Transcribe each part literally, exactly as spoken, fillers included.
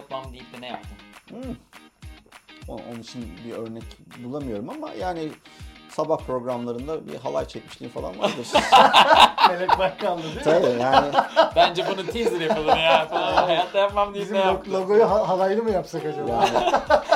yapmam deyip de ne yaptın? Hmm. Onun için bir örnek bulamıyorum ama yani sabah programlarında bir halay çekmişliğim falan vardır. Melek Bakkal'dı değil mi? Tabii yani. Bence bunu teaser yapalım ya falan. Hayatta yapmam deyip Bizim ne lo- yaptın? logoyu ha- halaylı mı yapsak acaba? yani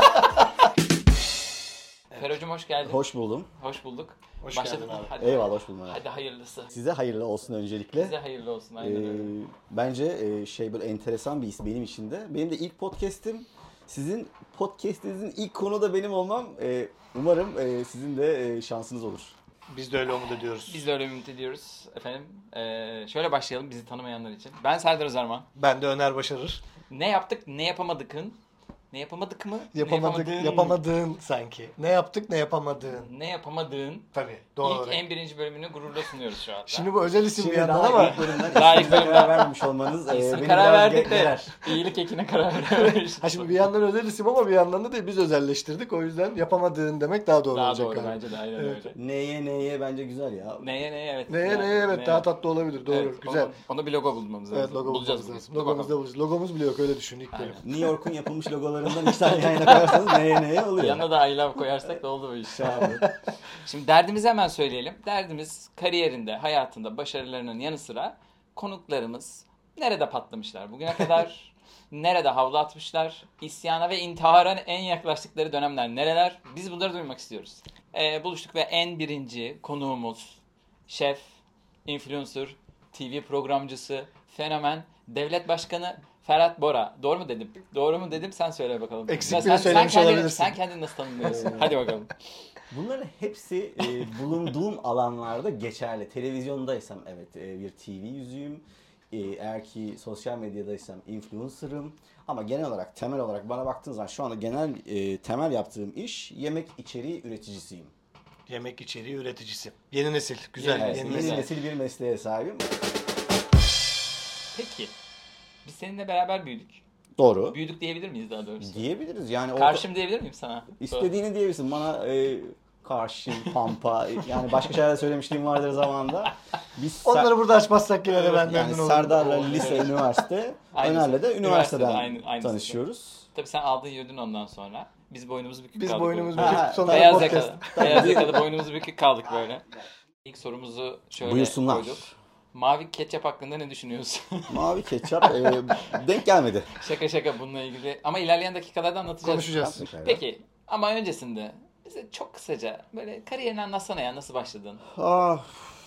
Fero'cum hoş geldin. hoş buldum. Hoş bulduk. Hoş Başladık geldin mı? abi. Hadi. Eyvallah, hoş buldum. Hadi hayırlısı. Size hayırlı olsun öncelikle. Size hayırlı olsun. Aynen Ee, öyle. bence e, şey böyle enteresan bir isim benim için de. Benim de ilk podcast'im. Sizin podcast'inizin ilk konu da benim olmam. Ee, umarım e, sizin de e, şansınız olur. Biz de öyle umut ediyoruz. Biz de öyle ümit ediyoruz efendim. Ee, şöyle başlayalım bizi tanımayanlar için. Ben Serdar Özarman. Ben de Öner Başarır. Ne yaptık, ne yapamadıkın? Ne yapamadık mı? Yapamadık, ne yapamadığın? yapamadığın sanki. Ne yaptık ne yapamadığın. Ne yapamadığın? Tabii doğal İlk olarak. en birinci bölümünü gururla sunuyoruz şu anda. Şimdi bu özel isim Şimdi bir yandan daha ama ilk bölümden Daha ilk isminize bölümden- karar vermemiş olmanız e, İsim beni karar biraz verdik ge- de gerer. iyilik ekine karar vermemiş. ha şimdi bir yandan özel isim ama bir yandan da değil biz özelleştirdik. O yüzden yapamadığın demek daha doğru Daha olacak doğru galiba. bence de aynen Evet. öyle. Neye neye bence güzel ya. Neye neye evet. Neye Yani, neye evet neye. daha tatlı olabilir. Doğru. Evet, Güzel. Onu, onu bir logo bulmamız lazım. Evet logo Bulacağız bulmamız bugün. lazım. Dur Logomuz da bakalım. bulacağız. Logomuz bile yok öyle düşün ilk bölüm. New York'un yapılmış logolarından iki tane yan yana koyarsanız neye neye oluyor. Yanına da I love koyarsak da oldu bu iş. Şey abi. Şimdi derdimizi hemen söyleyelim. Derdimiz kariyerinde, hayatında, başarılarının yanı sıra konuklarımız nerede patlamışlar bugüne kadar, nerede havlu atmışlar, isyana ve intihara en yaklaştıkları dönemler nereler? Biz bunları duymak istiyoruz. Ee, buluştuk ve en birinci konuğumuz, şef, influencer, T V programcısı, fenomen, devlet başkanı Ferhat Bora. Doğru mu dedim? Doğru mu dedim? Sen söyle bakalım. Eksik Ya bile sen, söylemiş sen kendini, olabilirsin. Sen kendini nasıl tanımlıyorsun? Hadi bakalım. Bunların hepsi e, bulunduğum alanlarda geçerli. Televizyondaysam evet e, bir T V yüzüğüm. E, eğer ki sosyal medyadaysam influencer'ım. Ama genel olarak, temel olarak bana baktığınız zaman şu anda genel e, temel yaptığım iş yemek içeriği üreticisiyim. Yemek içeriği üreticisi. Yeni nesil. Güzel. Evet, Yeni, Yeni nesil. nesil bir mesleğe sahibim. Peki. Biz seninle beraber büyüdük. Doğru. Büyüdük diyebilir miyiz daha doğrusu? Diyebiliriz yani. orada- Karşım diyebilir miyim sana? İstediğini diyebilirsin. Bana e, karşı, pampa, yani başka şeyler söylemişliğim vardır zamanında. Biz Onları burada açmazsak yine de ben yani memnun olurum. Serdar'la lise, üniversite, Aynı- Öner'le de üniversiteden aynı- aynısı. tanışıyoruz. Tabii sen aldın yürüdün ondan sonra. Biz boynumuzu bükük Biz kaldık. boynumuzu böyle. Ha, büküp sonra Beyaz podcast. yakalı. Beyaz yakalı boynumuzu bükük kaldık böyle. İlk sorumuzu şöyle Buyursunlar. koyduk. Mavi ketçap hakkında ne düşünüyorsun? Mavi ketçap e, denk gelmedi. Şaka şaka bununla ilgili. Ama ilerleyen dakikalarda anlatacağız. Konuşacağız. Peki ama öncesinde bize çok kısaca böyle kariyerini anlatsana ya nasıl başladın? Ah,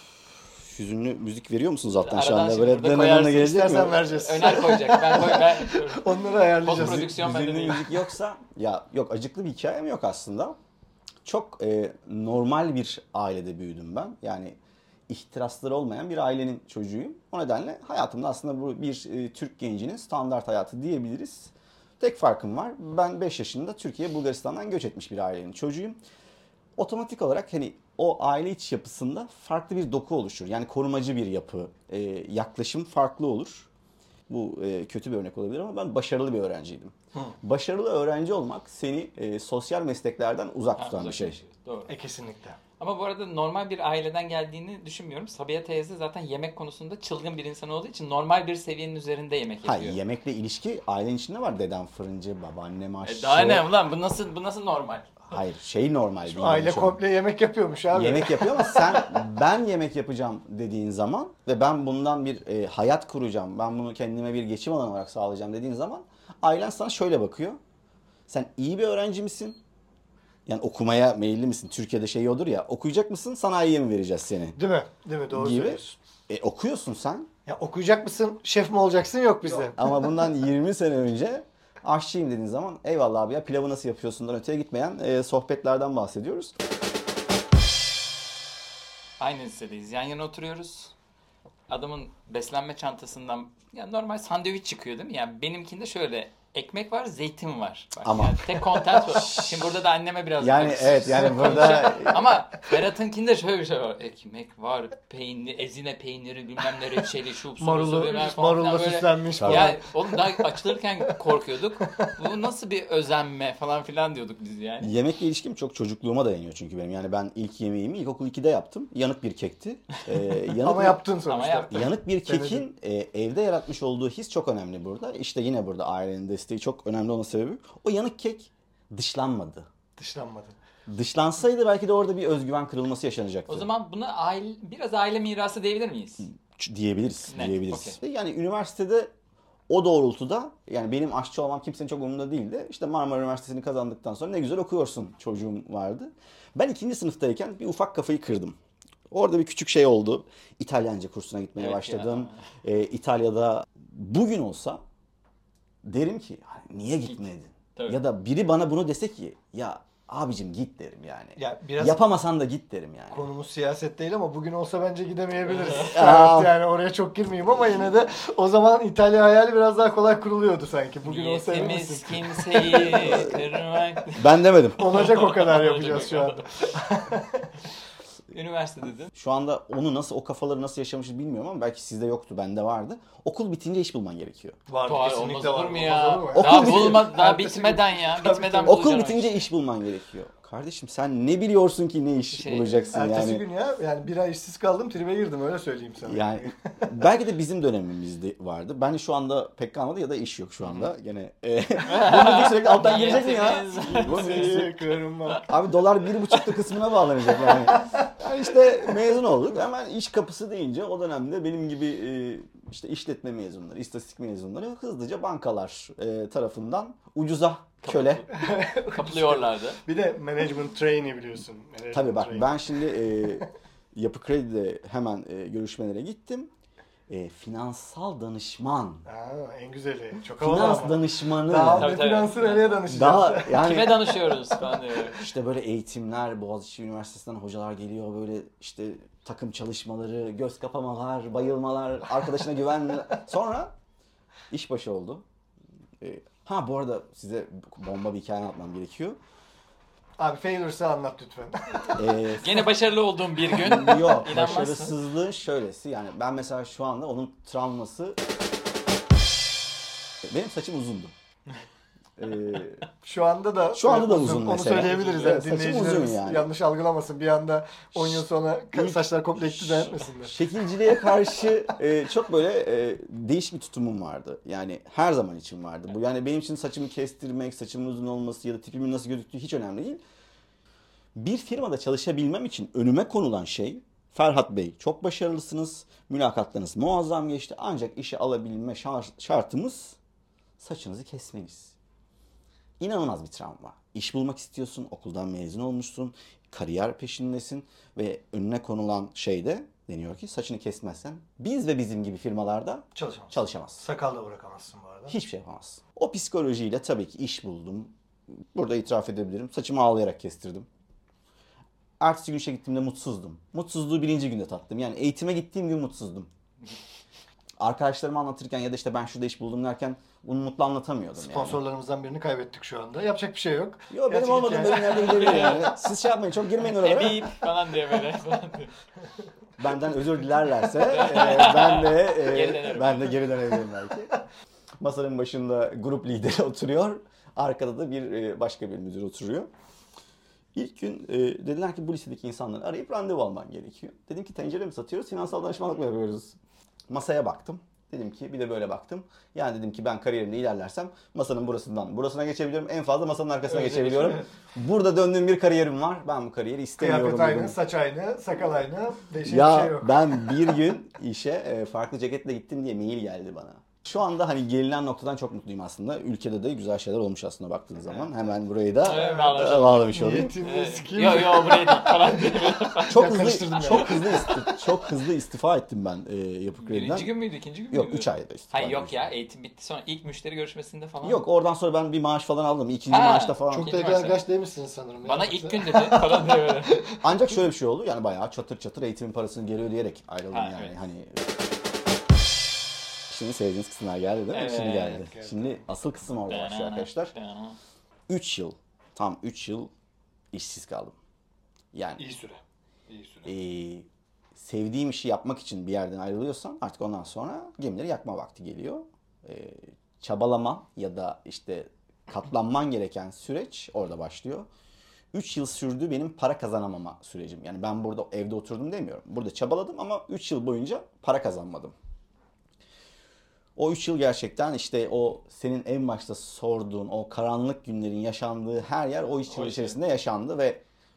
hüzünlü müzik veriyor musunuz alttan şu Aradan anda? şimdi Böyle burada dönene koyarsın, gelecek İstersen mi? vereceğiz. Öner koyacak. Ben koy ben. Onları ayarlayacağız. Post prodüksiyon bende Hüzünlü değil. müzik yoksa, ya yok acıklı bir hikayem yok aslında. Çok e, normal bir ailede büyüdüm ben. Yani ihtirasları olmayan bir ailenin çocuğuyum. O nedenle hayatımda aslında bu bir e, Türk gencinin standart hayatı diyebiliriz. Tek farkım var. Ben beş yaşında Türkiye, Bulgaristan'dan göç etmiş bir ailenin çocuğuyum. Otomatik olarak hani o aile iç yapısında farklı bir doku oluşur. Yani korumacı bir yapı, e, yaklaşım farklı olur. Bu e, kötü bir örnek olabilir ama ben başarılı bir öğrenciydim. Hı. Başarılı öğrenci olmak seni e, sosyal mesleklerden uzak Ha, tutan bir uzak şey. yaşıyor. Doğru. E kesinlikle. Ama bu arada normal bir aileden geldiğini düşünmüyorum. Sabiha teyze zaten yemek konusunda çılgın bir insan olduğu için normal bir seviyenin üzerinde yemek yapıyor. Hayır, yemekle ilişki ailenin içinde var. Dedem fırıncı, babaannem aşçı. E daha ne ulan bu nasıl bu nasıl normal? Hayır, şey normal değil. Aile yani şu an. komple yemek yapıyormuş abi. Yemek yapıyor ama sen ben yemek yapacağım dediğin zaman ve ben bundan bir e, hayat kuracağım, ben bunu kendime bir geçim alanı olarak sağlayacağım dediğin zaman ailen sana şöyle bakıyor. Sen iyi bir öğrenci misin? Yani okumaya meyilli misin? Türkiye'de şey olur ya, okuyacak mısın, sanayiye mi vereceğiz seni? Değil mi? Değil mi? Doğru Gibi. söylüyorsun. E, okuyorsun sen Ya okuyacak mısın? Şef mi olacaksın? Yok bizde. ama bundan yirmi sene önce aşçıyım dediğin zaman eyvallah abi ya pilavı nasıl yapıyorsundan öteye gitmeyen e, sohbetlerden bahsediyoruz. Aynı lisedeyiz. Yan yana oturuyoruz. Adamın beslenme çantasından ya normal sandviç çıkıyor değil mi? Yani benimkinde şöyle ekmek var, zeytin var. Bak, Ama- yani tek content bu. Şimdi burada da anneme biraz Yani böyle evet, yani burada- ama Berat'ınkinde şöyle bir şey var. Ekmek var, peynir, ezine peyniri, bilmem ne reçeli, şu su, Marulu, su, bilmem falan marulla böyle. süslenmiş Tabii. falan. Ya oğlum daha açılırken korkuyorduk. Bu nasıl bir özenme falan filan diyorduk biz yani. Yemekle ilişkim çok çocukluğuma dayanıyor çünkü benim. Yani ben ilk yemeğimi ilkokul ikide yaptım. Yanık bir kekti. Ee, yanık Ama bir, yaptın sonuçta. Ama yaptın. Yanık bir kekin e, evde yaratmış olduğu his çok önemli burada. İşte yine burada ailenin de desteği çok önemli olan sebebi. O yanık kek dışlanmadı. Dışlanmadı. Dışlansaydı belki de orada bir özgüven kırılması yaşanacaktı. O zaman buna aile, biraz aile mirası diyebilir miyiz? Diyebiliriz. Net, diyebiliriz. okey. Yani üniversitede o doğrultuda yani benim aşçı olmam kimsenin çok umurunda değildi. İşte Marmara Üniversitesi'ni kazandıktan sonra ne güzel okuyorsun çocuğum vardı. Ben ikinci sınıftayken bir ufak kafayı kırdım. Orada bir küçük şey oldu. İtalyanca kursuna gitmeye Evet başladım. Ee, İtalya'da bugün olsa derim ki niye gitmedin? Tabii. Ya da biri bana bunu dese ki ya abicim git derim yani. Ya biraz Yapamasan da git derim yani. konumuz siyaset değil ama bugün olsa bence gidemeyebiliriz. Aa. Evet, yani oraya çok girmeyeyim ama yine de o zaman İtalya hayali biraz daha kolay kuruluyordu sanki. Bugün olsa emin Niyetimiz misin? kimseyi kırmak. Ben demedim. Olacak o kadar yapacağız şu anda. Üniversite dedin. Şu anda onu nasıl, o kafaları nasıl yaşamışız bilmiyorum ama belki sizde yoktu, bende vardı. Okul bitince iş bulman gerekiyor. Var, Doğru, kesinlikle olmaz var. olur mu Olmaz ya? olur mu? Okul Daha bitti. bulma, daha Ertesi gün- bitmeden ya. Tabii, Bitmeden tabii. bulacaksın Okul o bitince işi. iş bulman gerekiyor. Kardeşim sen ne biliyorsun ki ne iş Şey, bulacaksın Ertesi yani. gün ya yani bir ay işsiz kaldım tribe girdim öyle söyleyeyim sana. Yani belki de bizim dönemimizde vardı. Bence şu anda pek kalmadı ya da iş yok şu anda. Gene e, bunu bir sürekli alttan girecek mi ya? Bu Seni kırmak. Abi dolar bir buçukta kısmına bağlanacak yani. Yani işte mezun olduk. Hemen iş kapısı deyince o dönemde benim gibi e, işte işletme mezunları, istatistik mezunları hızlıca bankalar e, tarafından ucuza köle. Kapılıyorlardı. Bir de management trainee biliyorsun. Management Tabii bak trainee. ben şimdi e, Yapı Kredi'de hemen e, görüşmelere gittim. E, finansal danışman. Aa, en güzeli. Çok havalı Finans ama. danışmanı. Daha Tabii, ne tabii. finansı nereye danışacağız? Daha yani Kime danışıyoruz falan diyor. işte böyle eğitimler, Boğaziçi Üniversitesi'nden hocalar geliyor böyle işte takım çalışmaları, göz kapamalar, bayılmalar, arkadaşına güven. Sonra işbaşı oldu. E, ha bu arada size bomba bir hikaye anlatmam gerekiyor. Abi failures'ı anlat lütfen. E, Gene başarılı olduğum bir gün. Yok, İnanmazsın. başarısızlığı şöylesi yani ben mesela şu anda onun travması benim saçım uzundu. Ee, Şu anda da Şu anda da uzun Onu mesela. söyleyebiliriz. Evet, Yani. saçım Dinleyicilerimiz uzun yani. yanlış algılamasın. Bir anda on yıl sonra İlk- saçlar komple gitti zannetmesinler. şekilciliğe karşı e, çok böyle e, değişik bir tutumum vardı. Yani her zaman için vardı. Bu yani benim için saçımı kestirmek, saçımın uzun olması ya da tipimin nasıl gözüktüğü hiç önemli değil. Bir firmada çalışabilmem için önüme konulan şey Ferhat Bey çok başarılısınız, mülakatlarınız muazzam geçti ancak işe alabilme şar- şartımız saçınızı kesmeniz. İnanılmaz bir travma. İş bulmak istiyorsun, okuldan mezun olmuşsun, kariyer peşindesin ve önüne konulan şey de deniyor ki saçını kesmezsen biz ve bizim gibi firmalarda Çalışamaz. çalışamazsın. Sakal da bırakamazsın bu arada. Hiçbir şey yapamazsın. O psikolojiyle tabii ki iş buldum. Burada itiraf edebilirim. Saçımı ağlayarak kestirdim. Ertesi gün işe gittiğimde mutsuzdum. Mutsuzluğu birinci günde tattım. Yani eğitime gittiğim gün mutsuzdum. Arkadaşlarıma anlatırken ya da işte ben şurada iş buldum derken bunu mutlu anlatamıyordum yani. Sponsorlarımızdan birini kaybettik şu anda. Yapacak bir şey yok. Yok benim Gerçek olmadığım hikaye. bölümlerde gidebilir yani. Siz şey yapmayın çok girmeyin oralara. Ebeyip falan diye böyle. Benden özür dilerlerse e, ben de e, Geri dönerim. ben de geri dönebilirim belki. Masanın başında grup lideri oturuyor. Arkada da bir e, başka bir müdür oturuyor. İlk gün e, dediler ki bu listedeki insanları arayıp randevu alman gerekiyor. Dedim ki tencere mi satıyoruz, finansal danışmanlık mı yapıyoruz? Masaya baktım. Dedim ki bir de böyle baktım. Yani dedim ki ben kariyerimde ilerlersem masanın burasından burasına geçebiliyorum. En fazla masanın arkasına Evet, geçebiliyorum. evet. Burada döndüğüm bir kariyerim var. Ben bu kariyeri istemiyorum. Kıyafet aynı, dedim. saç aynı, sakal aynı. Değişik Ya bir şey yok. ben bir gün işe e, farklı ceketle gittim diye mail geldi bana. Şu anda hani gelinen noktadan çok mutluyum aslında. Ülkede de güzel şeyler olmuş aslında baktığın zaman. Hemen burayı da Evet, e, bağlamış. bağlamış olayım. Niyetimiz kim? Yo yo buraya değil falan diye. Çok Ya hızlı karıştırdım ya. çok hızlı isti- çok hızlı istifa ettim ben e, Yapı Kredi'den. Birinci gün müydü, ikinci gün müydü? Yok üç ayda istifa Hayır yok ettim. ya eğitim bitti sonra ilk müşteri görüşmesinde falan. Yok oradan sonra ben bir maaş falan aldım. İkinci Ha, maaşta falan. Çok da İkinci yakın maçta. arkadaş değilmişsiniz sanırım. ya. Bana ilk gün dedi falan diye böyle. Ancak şöyle bir şey oldu. Yani bayağı çatır çatır eğitimin parasını geri ödeyerek ayrıldım Ha, yani. evet. Hani Şimdi sevdiğiniz kısımlar geldi değil mi? Evet, Şimdi geldi. geldi. Şimdi asıl kısım orada başlıyor arkadaşlar. üç yıl, tam üç yıl işsiz kaldım. Yani İyi süre. İyi süre. e, sevdiğim işi yapmak için bir yerden ayrılıyorsan artık ondan sonra gemileri yakma vakti geliyor. E, çabalama ya da işte katlanman gereken süreç orada başlıyor. üç yıl sürdü benim para kazanamama sürecim. Yani ben burada evde oturdum demiyorum. Burada çabaladım ama üç yıl boyunca para kazanmadım. O üç yıl gerçekten işte o senin en başta sorduğun o karanlık günlerin yaşandığı her yer o üç yıl içerisinde yaşandı ve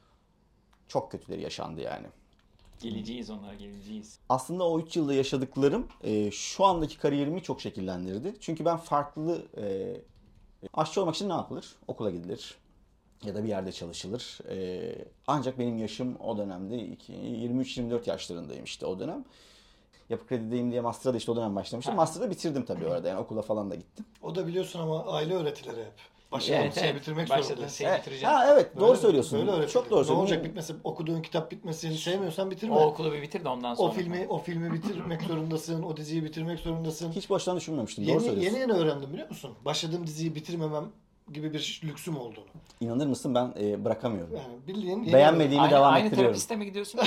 çok kötüleri yaşandı yani. Geleceğiz onlara, geleceğiz. Aslında o üç yılda yaşadıklarım e, şu andaki kariyerimi çok şekillendirdi. Çünkü ben farklı e, aşçı olmak için ne yapılır? Okula gidilir ya da bir yerde çalışılır. E, ancak benim yaşım o dönemde yirmi üç yirmi dört yaşlarındayım işte o dönem. Yapı Kredi'deyim diye master'a da işte o dönem başlamıştım. Master'da bitirdim tabii orada yani okula falan da gittim. O da biliyorsun ama aile öğretileri hep. Başladığın Evet, şeyi evet. bitirmek Başladığın zorundasın. şeyi Evet. bitireceğim. Ha evet doğru Böyle- söylüyorsun. Böyle öğretilir. Çok doğru Ne söylüyorsun. olacak bitmesi, okuduğun kitap bitmesini sevmiyorsan bitirme. O okulu bir bitir de ondan sonra. O filmi o filmi bitirmek zorundasın. O diziyi bitirmek zorundasın. Hiç baştan düşünmemiştim. Doğru Yeni, söylüyorsun. yeni yeni öğrendim biliyor musun? Başladığım diziyi bitirmemem gibi bir lüksüm olduğunu. İnanır mısın ben e, bırakamıyorum. Yani bildiğin yeni Beğenmediğimi Aynı, devam aynı ettiriyorum. terapiste mi gidiyorsun?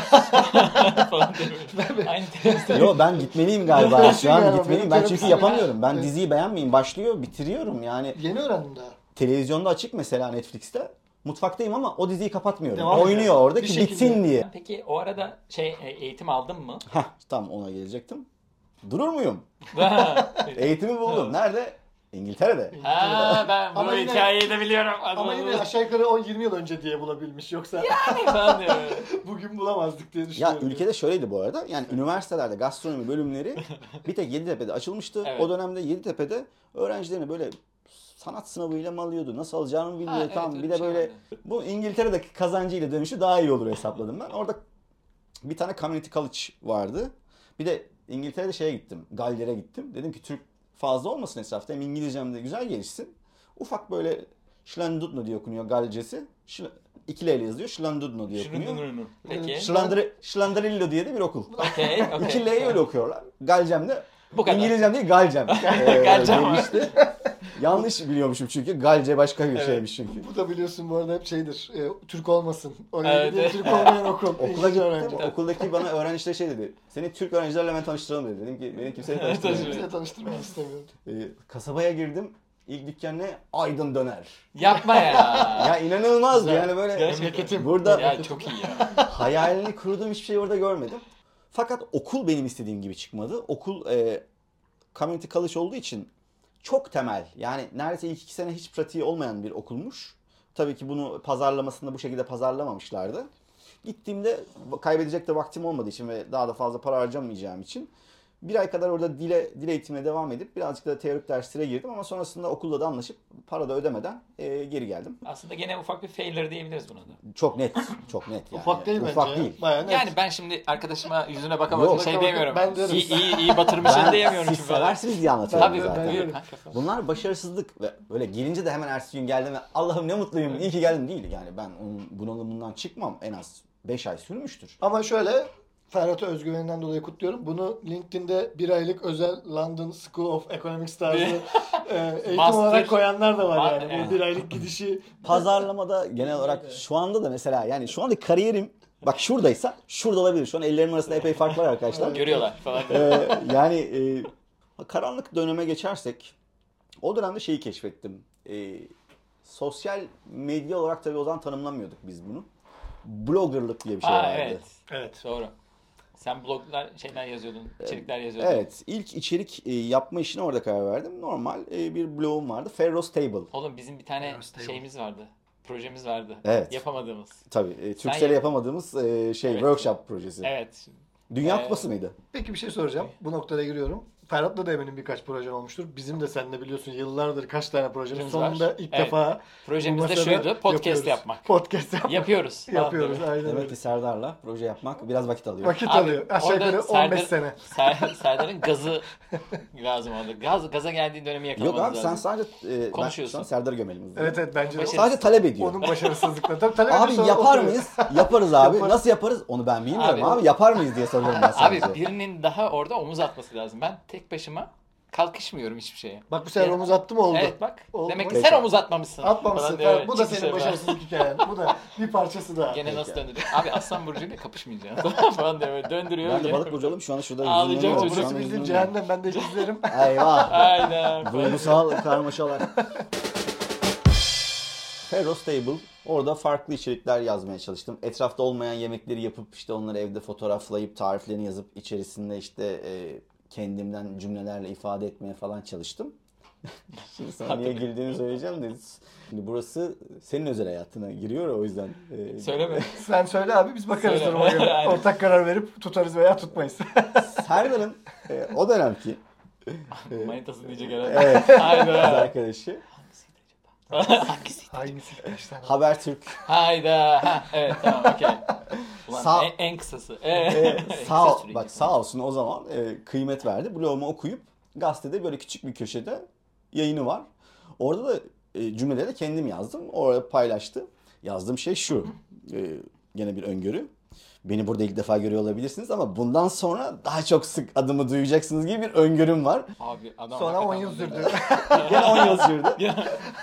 Falan diyorum. Aynı terapiste. Yo ben gitmeliyim galiba. Yapıyorsun Şu an yani, gitmeliyim. benim Ben çünkü terapim- yapamıyorum. Ben Evet. diziyi beğenmeyeyim. Başlıyor, bitiriyorum. Yani Yeni öğrendim daha. televizyonda açık mesela Netflix'te. Mutfaktayım ama o diziyi kapatmıyorum. Devam Oynuyor ediyor. orada Bir ki şekilde. bitsin diye. Peki o arada şey e, eğitim aldın mı? Hah tam ona gelecektim. Durur muyum? Ha, Eğitimi buldum. Nerede? İngiltere'de. Ha, ben bu Ama yine- hikayeyi de biliyorum. Ama yine aşağı yukarı on yirmi yıl önce diye bulabilmiş. Yoksa Falan diyorum. bugün bulamazdık diye Ya düşünüyorum. ülkede şöyleydi bu arada. Yani üniversitelerde gastronomi bölümleri bir tek Yeditepe'de açılmıştı. Evet. O dönemde Yeditepe'de öğrencilerini böyle sanat sınavıyla mı alıyordu? Nasıl alacağını bilmiyor. Ha, evet, Tamam öyle bir bir de şey böyle vardı. bu İngiltere'deki kazancıyla dönüşü daha iyi olur hesapladım ben. Orada bir tane community college vardı. Bir de İngiltere'de şeye gittim. Galler'e gittim. Dedim ki Türk fazla olmasın etrafta. Hem İngilizcem de güzel gelişsin. Ufak böyle Şlandudno diye okunuyor Galcesi. Şl- İki L ile yazıyor. Şlandudno diye okunuyor. Peki. Şlandri, Şlandrillo diye de bir okul. Okey, okey. İki L'yi öyle okuyorlar. Galcem de Bu kadar. İngilizcem değil Galcem. Galcem var. demişti. Yanlış biliyormuşum çünkü. Galce başka bir Evet. şeymiş çünkü. Bu da biliyorsun bu arada hep şeydir. E, Türk olmasın. Oraya Evet, gideyim, evet. Türk olmayan okul. Okula İngilizce gittim. öğrenci. Okuldaki bana öğrenciler şey dedi. Seni Türk öğrencilerle ben tanıştıralım dedi. Dedim ki beni kimseyle tanıştırmayın. Kimseyle tanıştırmak istemiyorum. Ee, kasabaya girdim. İlk dükkan ne? Aydın Döner. Yapma ya. Ya inanılmazdı Güzel. yani böyle. Gerçekten. Memleketim. Burada Ya çok iyi ya. hayalini kurduğum hiçbir şey orada görmedim. Fakat okul benim istediğim gibi çıkmadı. Okul e, community college olduğu için çok temel. Yani neredeyse ilk iki sene hiç pratiği olmayan bir okulmuş. Tabii ki bunu pazarlamasında bu şekilde pazarlamamışlardı. Gittiğimde kaybedecek de vaktim olmadığı için ve daha da fazla para harcamayacağım için bir ay kadar orada dile, dil eğitimine devam edip birazcık da teorik derslere girdim ama sonrasında okulla da anlaşıp para da ödemeden e, geri geldim. Aslında gene ufak bir failure diyebiliriz buna da. Çok net, çok net yani. Ufak değil Ufak bence. değil. Bayağı net. Yani ben şimdi arkadaşıma yüzüne baka Yok. baka şey Baka baka diyemiyorum. ben derim. İyi, iyi, iyi batırmışsın Ben, diyemiyorum. siz çünkü falan. seversiniz diye anlatıyorum Tabii zaten. tabii. diyorum. Kanka falan. Bunlar başarısızlık ve böyle gelince de hemen ertesi gün geldim ve Allah'ım ne mutluyum, iyi ki geldim değil. Yani ben onun bunalımından çıkmam en az beş ay sürmüştür. Ama şöyle Ferhat'ı özgüveninden dolayı kutluyorum. Bunu LinkedIn'de bir aylık özel London School of Economics tarzı e, eğitim Master. olarak koyanlar da var Var, yani. evet. Bu bir aylık gidişi. Pazarlamada genel olarak şu anda da mesela yani şu anda kariyerim bak şuradaysa şurada olabilir. Şu an ellerimin arasında epey fark var arkadaşlar. Görüyorlar falan. Ee, yani e, karanlık döneme geçersek o dönemde şeyi keşfettim. Ee, sosyal medya olarak tabii o zaman tanımlamıyorduk biz bunu. Bloggerlık diye bir şey Aa, vardı. evet. Evet. Doğru. Sen bloglar şeyler yazıyordun, içerikler yazıyordun. Evet, ilk içerik e, yapma işine orada karar verdim. Normal e, bir blogum vardı. Ferros Table. Oğlum bizim bir tane Evet, stable. şeyimiz vardı. Projemiz vardı. Evet. Yapamadığımız. Tabii, e, Turkcell'e yap- yapamadığımız e, şey Evet. workshop projesi. Evet. Dünya Ee, Kupası mıydı? Peki bir şey soracağım. Bu noktada giriyorum. Ferhat'la da eminim birkaç projen olmuştur. Bizim de seninle biliyorsun yıllardır kaç tane projemiz. Projemiz var. Sonunda ilk Evet. defa Projemiz bu de masada şuydu, podcast yapıyoruz. yapmak. Podcast yapmak. Yapıyoruz. falan Yapıyoruz diyor. aynen Demek öyle. ki Serdar'la proje yapmak biraz vakit alıyor. Vakit Abi, alıyor. Aşağı orada yukarı on beş Serdar- sene. Ser- Serdar'ın gazı lazım oldu. Gaz, gaza geldiği dönemi Yok yakalamamız abi lazım. sen sadece e, ben Konuşuyorsun. şu an Serdar'ı gömelim. hızlı. Evet evet bence de. Başarı- Sadece talep ediyor. Onun başarısızlıkları. Tabii talep Abi ediyor, sonra yapar oturuyor. mıyız? Yaparız abi. Yaparız. Nasıl yaparız? Onu ben bilmiyorum Abi- abi. Yapar mıyız diye soruyorum ben sadece. Abi birinin daha orada omuz atması lazım. Ben tek başıma kalkışmıyorum hiçbir şeye. Bak bu sefer Ya- omuz attı mı oldu. Evet bak. Oldu Demek mu? ki Peki. sen omuz atmamışsın. Atmamışsın. Falan diyor, Ferhat. evet. Bu da Çıkış senin yapar. başarısızlık hikayen. Bu da bir parçası daha. Gene nasıl döndürüyor? Abi Aslan Burcu'yla kapışmayacaksın falan diyor. Böyle döndürüyor. Ben de gene- balık burcuyum şu anda şurada Ağlayacağım hüzünleniyorum. çocuk. Şu Burası anda bildiğin hüzünleniyorum. cehennem. Ben de izlerim. Eyvah. Aynen. falan. Duygusal karmaşalar. Ferros Table. Orada farklı içerikler yazmaya çalıştım. Etrafta olmayan yemekleri yapıp işte onları evde fotoğraflayıp tariflerini yazıp içerisinde işte e, kendimden cümlelerle ifade etmeye falan çalıştım. Şimdi sana niye girdiğini söyleyeceğim de. Şimdi burası senin özel hayatına giriyor o yüzden. E, Söyleme. Sen söyle abi biz bakarız Söyle. duruma göre. Aynen. Ortak karar verip tutarız veya tutmayız. Serdar'ın e, o dönemki e, Manitası diyecek herhalde. evet, kız Hayda. arkadaşı Hangisiydi? Hangisi? Kaç tane? Habertürk Hayda. Ha, evet tamam okey. Ulan Sağ- en, en kısası. e, Evet. sağ Kısa süreli. bak sağ olsun o zaman e, kıymet verdi. Blogumu okuyup gazetede böyle küçük bir köşede yayını var. Orada da e, cümleleri de kendim yazdım. Orada paylaştı. Yazdığım şey şu. E, gene bir öngörü. Beni burada ilk defa görüyor olabilirsiniz ama bundan sonra daha çok sık adımı duyacaksınız gibi bir öngörüm var. Abi adam Sonra on hakikaten yıl bunu sürdü. dedi. Gene on yıl sürdü. Ya,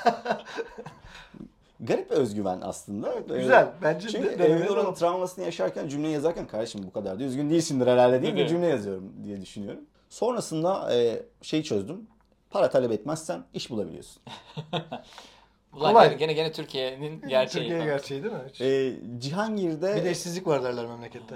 Garip bir özgüven aslında. Ee, Güzel. Bence Çünkü de- denemeli evde onun olalım. travmasını yaşarken cümle yazarken kardeşim bu kadar da üzgün değilsindir herhalde diye Değil bir mi? cümle yazıyorum diye düşünüyorum. Sonrasında e, şeyi çözdüm. Para talep etmezsen iş bulabiliyorsun. Ulan Kolay. gene, gene gene Türkiye'nin gerçeği. Türkiye falan. gerçeği değil mi? Hiç- E, Cihangir'de Bir de işsizlik var derler memlekette.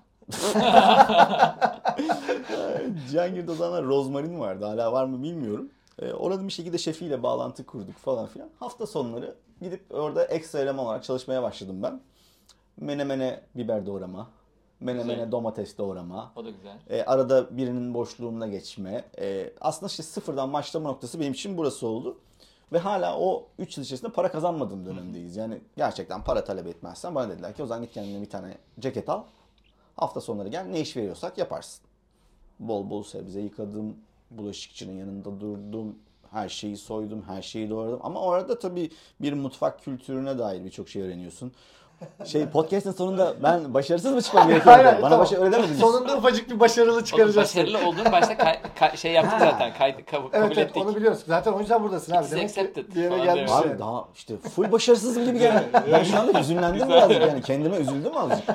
Cihangir'de o zamanlar rozmarin vardı. Hala var mı bilmiyorum. E, orada bir şekilde şefiyle bağlantı kurduk falan filan. Hafta sonları gidip orada ekstra eleman olarak çalışmaya başladım ben. Menemene biber doğrama, menemene Güzel. domates doğrama, O da güzel. e, arada birinin boşluğuna geçme. E, aslında işte sıfırdan başlama noktası benim için burası oldu. Ve hala o üç yıl içerisinde para kazanmadığım dönemdeyiz. Yani gerçekten para talep etmezsen bana dediler ki o zaman git kendine bir tane ceket al. Hafta sonları gel ne iş veriyorsak yaparsın. Bol bol sebze yıkadım. Bulaşıkçının yanında durdum. Her şeyi soydum, her şeyi doğradım. Ama orada tabii bir mutfak kültürüne dair birçok şey öğreniyorsun. Şey podcast'ın sonunda ben başarısız mı çıkmam gerekiyor? Aynen, Bana tamam. başarı öyle demediniz. Sonunda ufacık bir başarılı Oğlum, çıkaracağız. başarılı olduğunu başta kay- ka- şey yaptık Ha. zaten. Kay- kabul, Evet, kabul evet ettik. onu biliyoruz. Zaten o yüzden buradasın abi. It's Demek ki accepted bir yere falan gelmiş. diyor. Abi daha işte full başarısızım gibi geldi. Ben şu anda hüzünlendim birazcık yani kendime üzüldüm azıcık.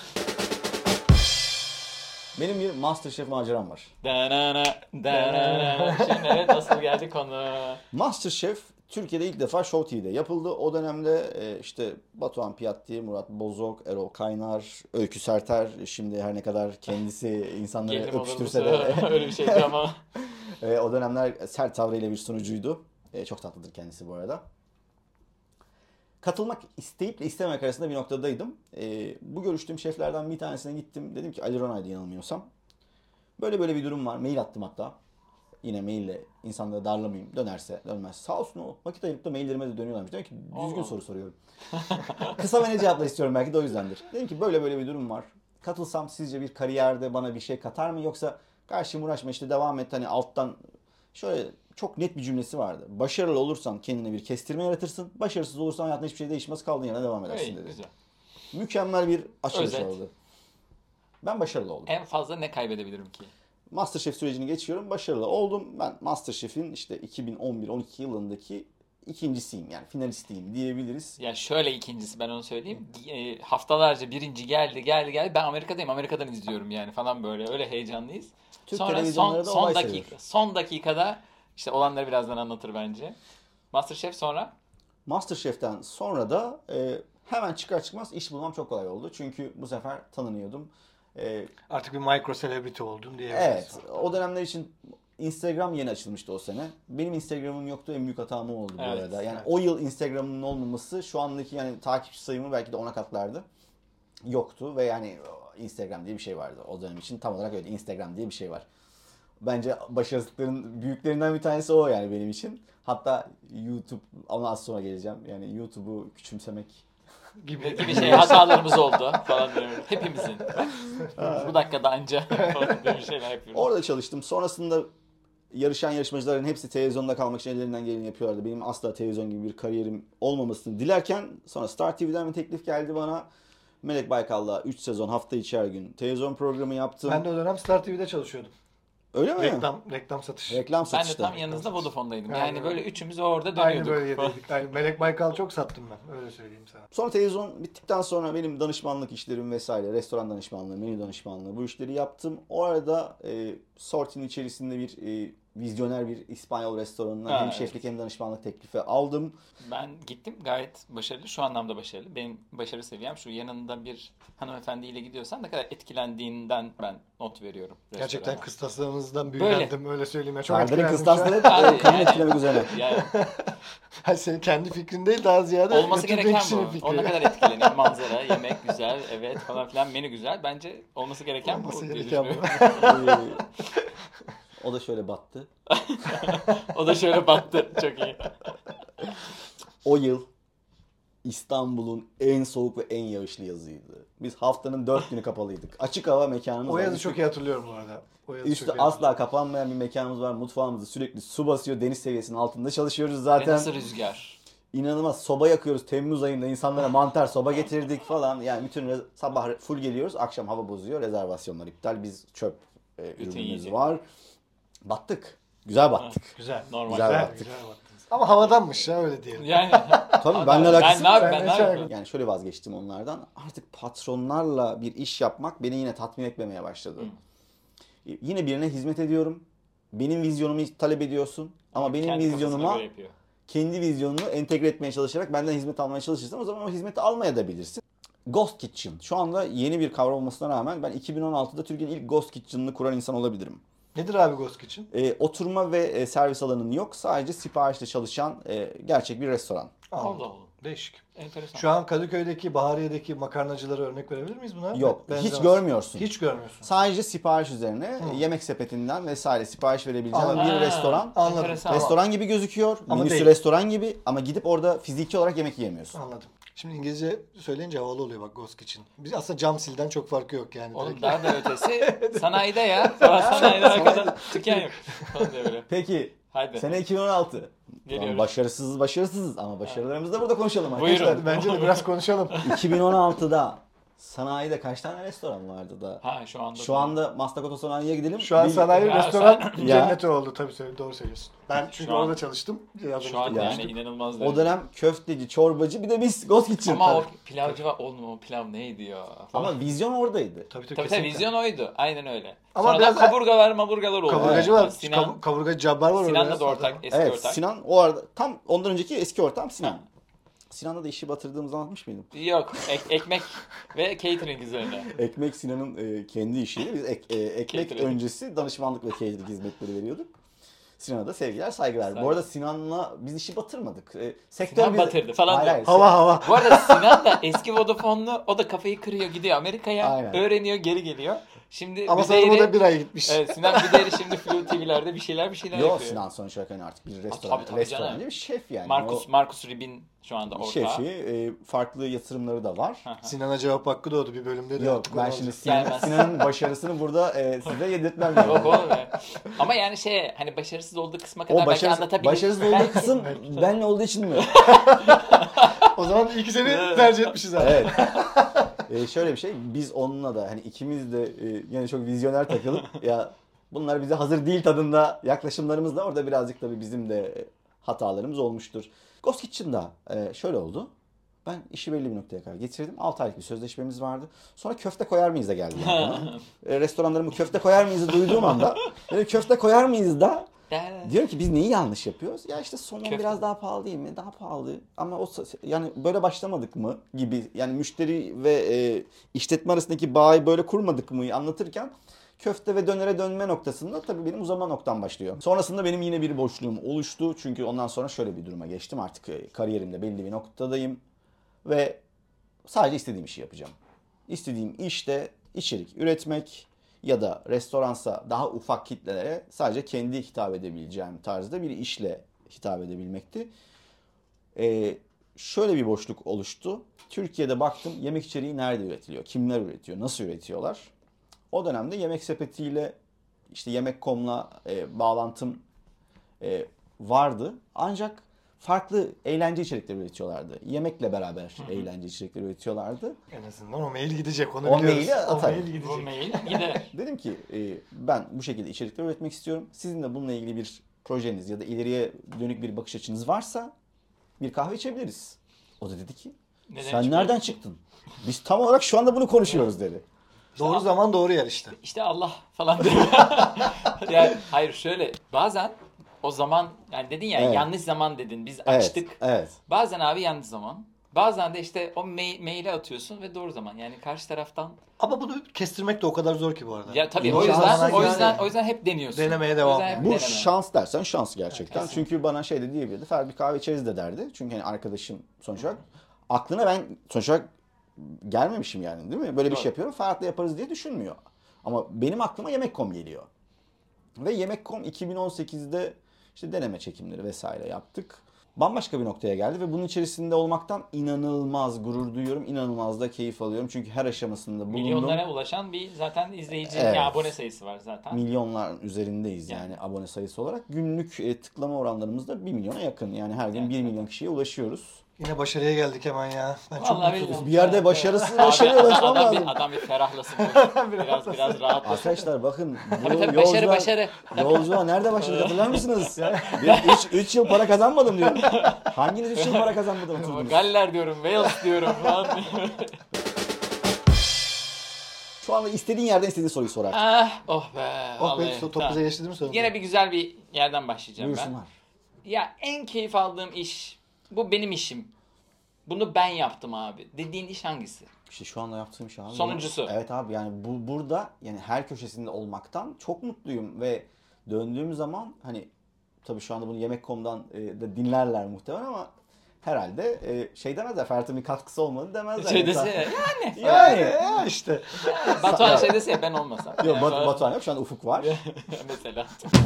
Benim bir MasterChef maceram var. Danana, danana. Şimdi evet nasıl geldi konu? MasterChef Türkiye'de ilk defa Show T V'de yapıldı. O dönemde e, işte Batuhan Piatti, Murat Bozok, Erol Kaynar, Öykü Serter, şimdi her ne kadar kendisi insanları Gelinim olur öpüştürse musun? de Öyle bir şeydi ama. e, o dönemler sert tavrıyla bir sunucuydu. E, çok tatlıdır kendisi bu arada. Katılmak isteyip de istememek arasında bir noktadaydım. E, bu görüştüğüm şeflerden bir tanesine gittim. Dedim ki Ali Ronay'dı yanılmıyorsam. Böyle böyle bir durum var. Mail attım hatta. Yine maille insanları darlamayayım. Dönerse dönmez. Sağ olsun o vakit ayırıp da maillerime de dönüyorlarmış. Demek ki düzgün Allah. soru soruyorum. Kısa ve ne cevapla istiyorum belki de o yüzdendir. Dedim ki böyle böyle bir durum var. Katılsam sizce bir kariyerde bana bir şey katar mı? Yoksa karşıma uğraşma işte devam et hani alttan. Şöyle çok net bir cümlesi vardı. Başarılı olursan kendine bir kestirme yaratırsın. Başarısız olursan hayatında hiçbir şey değişmez. Kaldığın yerine devam edersin İyi, dedi. güzel. Mükemmel bir açılış Özet. oldu. Ben başarılı oldum. En fazla ne kaybedebilirim ki? Masterchef sürecini geçiyorum. Başarılı oldum. Ben Masterchef'in işte iki bin on bir on iki yılındaki ikincisiyim. Yani finalistiyim diyebiliriz. Ya şöyle ikincisi ben onu söyleyeyim. E, haftalarca birinci geldi geldi geldi. Ben Amerika'dayım. Amerika'dan izliyorum yani falan böyle. Öyle heyecanlıyız. Türk Sonra son, televizyonları da son olay dakika seviyor. son dakikada işte olanları birazdan anlatır bence. MasterChef sonra Masterchef'ten sonra da e, hemen çıkar çıkmaz iş bulmam çok kolay oldu. Çünkü bu sefer tanınıyordum. E, Artık bir micro celebrity oldun diyebiliriz. evet. O dönemler için Instagram yeni açılmıştı o sene. Benim Instagram'ım yoktu. En büyük hatam o oldu bu Evet, arada. Yani evet. o yıl Instagram'ın olmaması şu andaki yani takipçi sayımı belki de ona katlardı. Yoktu ve yani Instagram diye bir şey vardı. O dönem için tam olarak öyle. Instagram diye bir şey var. Bence başarısızlıkların büyüklerinden bir tanesi o yani benim için. Hatta YouTube, ama az sonra geleceğim. Yani YouTube'u küçümsemek. Gibi. gibi şey hatalarımız oldu falan diyorum. Hepimizin. Bak, bu dakikada anca falan diye bir şeyler yapıyoruz. Orada çalıştım. Sonrasında yarışan yarışmacıların hepsi televizyonda kalmak için ellerinden geleni yapıyorlardı. Benim asla televizyon gibi bir kariyerim olmamasını dilerken sonra Star T V'den bir teklif geldi bana. Melek Baykal'la üç sezon hafta içi her gün televizyon programı yaptım. Ben de o dönem Star T V'de çalışıyordum. Öyle mi? Reklam, reklam satış. Reklam Ben de satışta. tam yanınızda Vodafone'daydım. Aynen Yani öyle. böyle üçümüz orada Aynı dönüyorduk. bölgedeydik. Aynı. Melek Baykal çok sattım ben. Öyle söyleyeyim sana. Sonra televizyon bittikten sonra benim danışmanlık işlerim vesaire, restoran danışmanlığı, menü danışmanlığı bu işleri yaptım. O arada e, Sorty'nin içerisinde bir e, vizyoner bir İspanyol restoranına Ha, hem evet. şeflik hem danışmanlık teklifi aldım. Ben gittim, gayet başarılı. Şu anlamda başarılı. Benim başarı seviyem şu: yanında bir hanımefendiyle gidiyorsan ne kadar etkilendiğinden ben not veriyorum. Gerçekten restorana. kıstaslarınızdan büyülendim öyle söyleyeyim. Ya. Çok Serdar'ın etkilendim kıstasları şu an. Abi, hep kadın yani- etkilemek üzerine. Yani Ha, senin kendi fikrin değil daha ziyade olması götürdüğün gereken kişinin bu. fikri. O ne kadar etkileniyor. Manzara, yemek güzel, evet falan filan, menü güzel. Bence olması gereken Olması bu diye gereken bu. düşünüyorum. Ee, o da şöyle battı. O da şöyle baktı. Çok iyi. O yıl İstanbul'un en soğuk ve en yağışlı yazıydı. Biz haftanın dört günü kapalıydık. Açık hava mekanımız O var. yazı Üstü- çok iyi hatırlıyorum bu arada. O yazı Üstü çok iyi asla kapanmayan bir mekanımız var. Mutfağımızda sürekli su basıyor. Deniz seviyesinin altında çalışıyoruz zaten. Ve nasıl rüzgar? İnanılmaz soba yakıyoruz. Temmuz ayında insanlara mantar soba getirdik falan. Yani bütün re- sabah full geliyoruz. Akşam hava bozuyor. Rezervasyonlar iptal. Biz çöp e, ürünümüz yiyecek. var. Battık. Güzel battık. Güzel. Normal. Güzel Güzel, baktık. güzel baktınız. Ama havadanmış ya öyle diyelim. Yani Tabii benle ben alakası ne yok. yapayım? Ben Ben ne de yapayım? Yani şöyle vazgeçtim onlardan. Artık patronlarla bir iş yapmak beni yine tatmin etmemeye başladı. Yine birine hizmet ediyorum. Benim vizyonumu talep ediyorsun. Ama benim Kendi kafasına vizyonuma göre yapıyor. kendi vizyonunu entegre etmeye çalışarak benden hizmet almaya çalışırsan o zaman o hizmeti almaya da bilirsin. Ghost Kitchen. Şu anda yeni bir kavram olmasına rağmen ben iki bin on altıda Türkiye'nin ilk Ghost Kitchen'ını kuran insan olabilirim. Nedir abi Ghost Kitchen? Ee, oturma ve e, servis alanın yok. Sadece siparişle çalışan e, gerçek bir restoran. Allah Allah. Değişik. Enteresan. Şu an Kadıköy'deki, Bahariye'deki makarnacılara örnek verebilir miyiz buna? Yok. Benzemez. Hiç görmüyorsun. Hiç görmüyorsun. Sadece sipariş üzerine e, yemek sepetinden vesaire sipariş verebileceğin Anladım. bir Ha, restoran. Anladım. enteresan. Restoran gibi gözüküyor. Ama Menüsü değil. restoran gibi ama gidip orada fiziki olarak yemek yiyemiyorsun. Anladım. Şimdi İngilizce söyleyince havalı oluyor bak Ghost Kitchen. Biz aslında cam silden çok farkı yok yani. Oğlum direkt. daha da ötesi sanayide ya. Daha sanayide arkada dükkan yok. Falan diye böyle. Peki Hadi. sene iki bin on altı. Geliyoruz. Tamam, başarısızız başarısızız ama başarılarımızı da burada konuşalım Buyurun. arkadaşlar. Bence de biraz konuşalım. iki bin on altıda sanayide kaç tane restoran vardı da? Ha şu anda. Şu anda Maslak Sanayi'ye gidelim. Şu an Bir- sanayi Ya restoran sen- cenneti oldu tabii söyle, doğru söylüyorsun. Ben çünkü Şu an- orada çalıştım. Biraz Şu önce an de yani konuştuk. inanılmaz. O derece. dönem köfteci, çorbacı bir de biz Ghost Kitchen. Ama o Tabii. pilavcı var. Oğlum o pilav neydi ya? Ama vizyon oradaydı. Tabii tabii, Tabii tabii kesinlikle. vizyon oydu. Aynen öyle. Ama Ama biraz- Sonradan kaburgalar maburgalar oldu. Kaburgacı var. Sinan, Kav- Kavurgacı Cabbar var orada. Sinan'la da ortak. Eski Evet, ortak. Sinan o arada tam ondan önceki eski ortam Sinan. Sinan'la da işi batırdığımızı anlatmış mıydım? Yok. ek- ekmek ve catering üzerine. Ekmek Sinan'ın e, kendi işiydi. Biz ek- e, ekmek Catering. öncesi danışmanlık ve catering hizmetleri veriyorduk. Sinan'a da sevgiler, saygılar. Saygı. Bu arada Sinan'la biz işi batırmadık. E, sektör Sinan bizi- batırdı falan Hayır, diyor. hayır. Hava hava. Bu arada Sinan da eski Vodafone'lu. O da kafayı kırıyor gidiyor Amerika'ya. Aynen. Öğreniyor geri geliyor. Şimdi Ama bir sanırım o değeri- da bir ay gitmiş. Evet, Sinan bir değeri şimdi Flu T V'lerde bir şeyler bir şeyler Yok yapıyor. Sinan sonuç olarak hani artık bir restoran, tabii, tabii restoran canım. değil bir şef yani. Marcus Marcus Ribin şu anda O ortağı. şefi, e, farklı yatırımları da var. Sinan'a cevap hakkı doğdu bir bölümde de. Yok artık ben onu şimdi alacağız. Sinan, Gelmez. Sinan'ın başarısını burada e, size yedirtmem Yok yani. oğlum ya. Ama yani şey hani başarısız olduğu kısma kadar O belki başarısız, anlatabilir. başarısız olduğu kısım benle olduğu için mi? O zaman iyi ki seni tercih etmişiz abi. Evet. Ee, şöyle bir şey, biz onunla da hani ikimiz de e, yani çok vizyoner takılıp ya bunlar bize hazır değil tadında yaklaşımlarımızla orada birazcık tabii bizim de e, hatalarımız olmuştur. Ghost Kitchen'da e, şöyle oldu. Ben işi belli bir noktaya kadar getirdim. altı aylık bir sözleşmemiz vardı. Sonra köfte koyar mıyız da geldi. Yani. e, restoranlarımı köfte koyar mıyız duyduğum anda dedim, köfte koyar mıyız da diyorum ki biz neyi yanlış yapıyoruz? Ya işte somon Köfte. biraz daha pahalı değil mi? Daha pahalı. Ama o yani böyle başlamadık mı gibi. Yani müşteri ve e, işletme arasındaki bağı böyle kurmadık mı anlatırken köfte ve dönere dönme noktasında tabii benim uzama noktam başlıyor. Sonrasında benim yine bir boşluğum oluştu. Çünkü ondan sonra şöyle bir duruma geçtim. Artık e, kariyerimde belli bir noktadayım ve sadece istediğim işi yapacağım. İstediğim işte içerik üretmek ya da restoransa daha ufak kitlelere sadece kendi hitap edebileceğim tarzda bir işle hitap edebilmekti. Ee, şöyle bir boşluk oluştu. Türkiye'de baktım yemek içeriği nerede üretiliyor, kimler üretiyor, nasıl üretiyorlar. O dönemde Yemek Sepeti'yle işte yemek nokta com'la e, bağlantım e, vardı. Ancak farklı eğlence içerikleri üretiyorlardı. Yemekle beraber eğlence içerikleri üretiyorlardı. En azından o mail gidecek onu O biliyoruz. maili atarım. O mail gidecek. Bu mail gider. Dedim ki e, ben bu şekilde içerikler üretmek istiyorum. Sizin de bununla ilgili bir projeniz ya da ileriye dönük bir bakış açınız varsa bir kahve içebiliriz. O da dedi ki Neden sen çıkıyorsun? nereden çıktın? Biz tam olarak şu anda bunu konuşuyoruz dedi. Doğru zaman doğru yer işte. İşte Allah falan diyor. Yani hayır şöyle bazen o zaman yani dedin ya Evet. yanlış zaman dedin biz Evet, açtık. evet. Bazen abi yanlış zaman. Bazen de işte o mail, maili atıyorsun ve doğru zaman. Yani karşı taraftan Ama bunu kestirmek de o kadar zor ki bu arada. ya tabii İmkanı o yüzden yani. o yüzden o yüzden hep deniyorsun. Denemeye O devam yüzden yani. hep Bu deneme. şans dersen şans gerçekten. Evet, Çünkü bana şey de diyebilirdi. Ferdi bir kahve içeriz de derdi. Çünkü hani arkadaşım sonuç olarak. Aklına ben sonuç olarak gelmemişim yani değil mi? Böyle bir Doğru. şey yapıyorum. Ferhat'la yaparız diye düşünmüyor. Ama benim aklıma Yemek nokta com geliyor. Ve Yemek nokta com iki bin on sekizde işte deneme çekimleri vesaire yaptık. Bambaşka bir noktaya geldi ve bunun içerisinde olmaktan inanılmaz gurur duyuyorum. İnanılmaz da keyif alıyorum. Çünkü her aşamasında bulundum. Milyonlara ulaşan bir zaten izleyici Evet. ya abone sayısı var zaten. Milyonların üzerindeyiz yani, Yani. abone sayısı olarak. Günlük e, tıklama oranlarımız da bir milyona yakın. Yani her gün Evet. bir milyon kişiye ulaşıyoruz. Yine başarıya geldik hemen ya. Ben çok Vallahi mutluyum. billahi. Bir yerde başarısız Abi, başarıya ulaşmam adam, lazım. bir, adam bir ferahlasın. biraz biraz rahatlasın. Arkadaşlar bakın bu Tabii tabii başarı yolculuğa- başarı. Yolculuğa nerede başladık hatırlar mısınız? üç yıl para kazanmadım diyor. Hanginiz üç yıl para kazanmadı oturdunuz? Galler diyorum, Wales diyorum falan. Şu anda istediğin yerden istediğin soruyu sor artık. ah, oh be. Oh vallahi. be top Tamam. bize geçti değil mi sonra? Yine bir güzel bir yerden başlayacağım ben. Buyursunlar. Ya en keyif aldığım iş, bu benim işim. Bunu ben yaptım abi. Dediğin iş hangisi? İşte şu anda yaptığım şey abi. Sonuncusu. Evet abi yani bu burada yani her köşesinde olmaktan çok mutluyum ve döndüğüm zaman hani tabii şu anda bunu Yemek nokta com'dan e, da dinlerler muhtemelen ama herhalde e, şey demezler. Ferhat'ın bir katkısı olmadı demezler. Şey Yoksa- dese yani. Yani ya işte. Batuhan şey dese ya ben olmasam. Yok Yani Bat- ben- Batuhan yok şu anda Ufuk var. Mesela.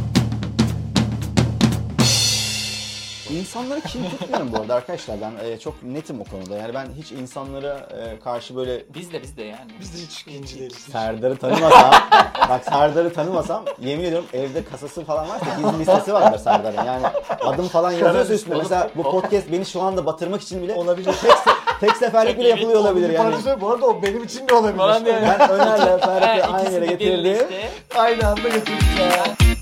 İnsanları kim tutmuyorum bu arada arkadaşlar. Ben e, çok netim o konuda. Yani ben hiç insanlara e, karşı böyle Biz de biz de yani. Biz de hiç ikinci değiliz. Serdar'ı tanımasam, bak Serdar'ı tanımasam yemin ediyorum evde kasası falan varsa gizli listesi vardır Serdar'ın. Yani adım falan yazıyorsa üstüne. Mesela bu podcast beni şu anda batırmak için bile olabilir. Tek, se- tek seferlik Çok bile iyi. yapılıyor olabilir yani. Pardon, bu arada o benim için de olabilir. Falan diye. Ben Öner'le Ferhat'ı Ha, aynı yere ikisini getirdim. birlikte. Aynı anda getirdik ya.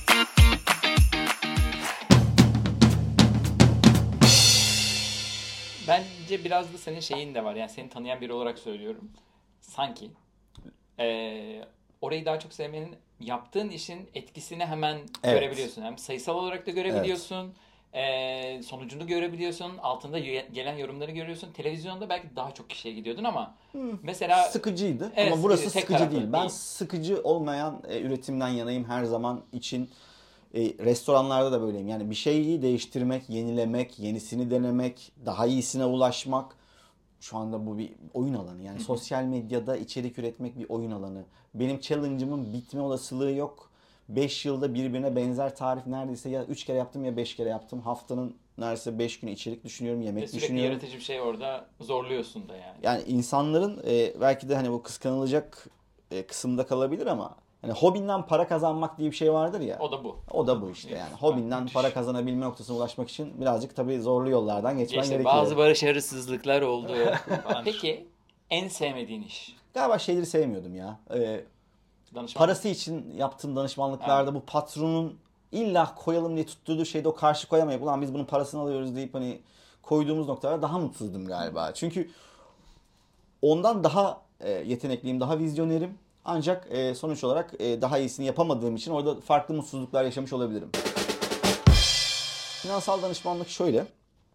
Bence biraz da senin şeyin de var. Yani seni tanıyan biri olarak söylüyorum. Sanki. Ee, orayı daha çok sevmenin yaptığın işin etkisini hemen Evet. görebiliyorsun. Hem sayısal olarak da görebiliyorsun. ee, sonucunu görebiliyorsun. Altında y- gelen yorumları görüyorsun. Televizyonda belki daha çok kişiye gidiyordun ama mesela Sıkıcıydı Evet, ama burası sıkıcı, tek sıkıcı taraflı değil. Ben değil. sıkıcı olmayan e, üretimden yanayım her zaman için. E, restoranlarda da böyleyim. Yani bir şeyi değiştirmek, yenilemek, yenisini denemek, daha iyisine ulaşmak. Şu anda bu bir oyun alanı. Yani sosyal medyada içerik üretmek bir oyun alanı. Benim challenge'ımın bitme olasılığı yok. beş yılda birbirine benzer tarif neredeyse ya üç kere yaptım ya beş kere yaptım. Haftanın neredeyse beş günü içerik düşünüyorum, ve yemek sürekli düşünüyorum. yaratıcı bir şey orada zorluyorsun da yani. Yani insanların e, belki de hani bu kıskanılacak e, kısımda kalabilir ama hani hobinden para kazanmak diye bir şey vardır ya. O da bu. O da bu işte yani. Hobinden para kazanabilme noktasına ulaşmak için birazcık tabii zorlu yollardan geçmen İşte gerekiyor. bazı başarısızlıklar oldu. falan. Peki en sevmediğin iş? Galiba şeyleri sevmiyordum ya. E, Danışman. parası için yaptığım danışmanlıklarda bu patronun illa koyalım diye tutturduğu şeyde o karşı koyamayıp ulan biz bunun parasını alıyoruz deyip hani koyduğumuz noktalarda daha mutsuzdum galiba. Çünkü ondan daha e, yetenekliyim, daha vizyonerim. Ancak e, sonuç olarak e, daha iyisini yapamadığım için orada farklı mutsuzluklar yaşamış olabilirim. Finansal danışmanlık şöyle.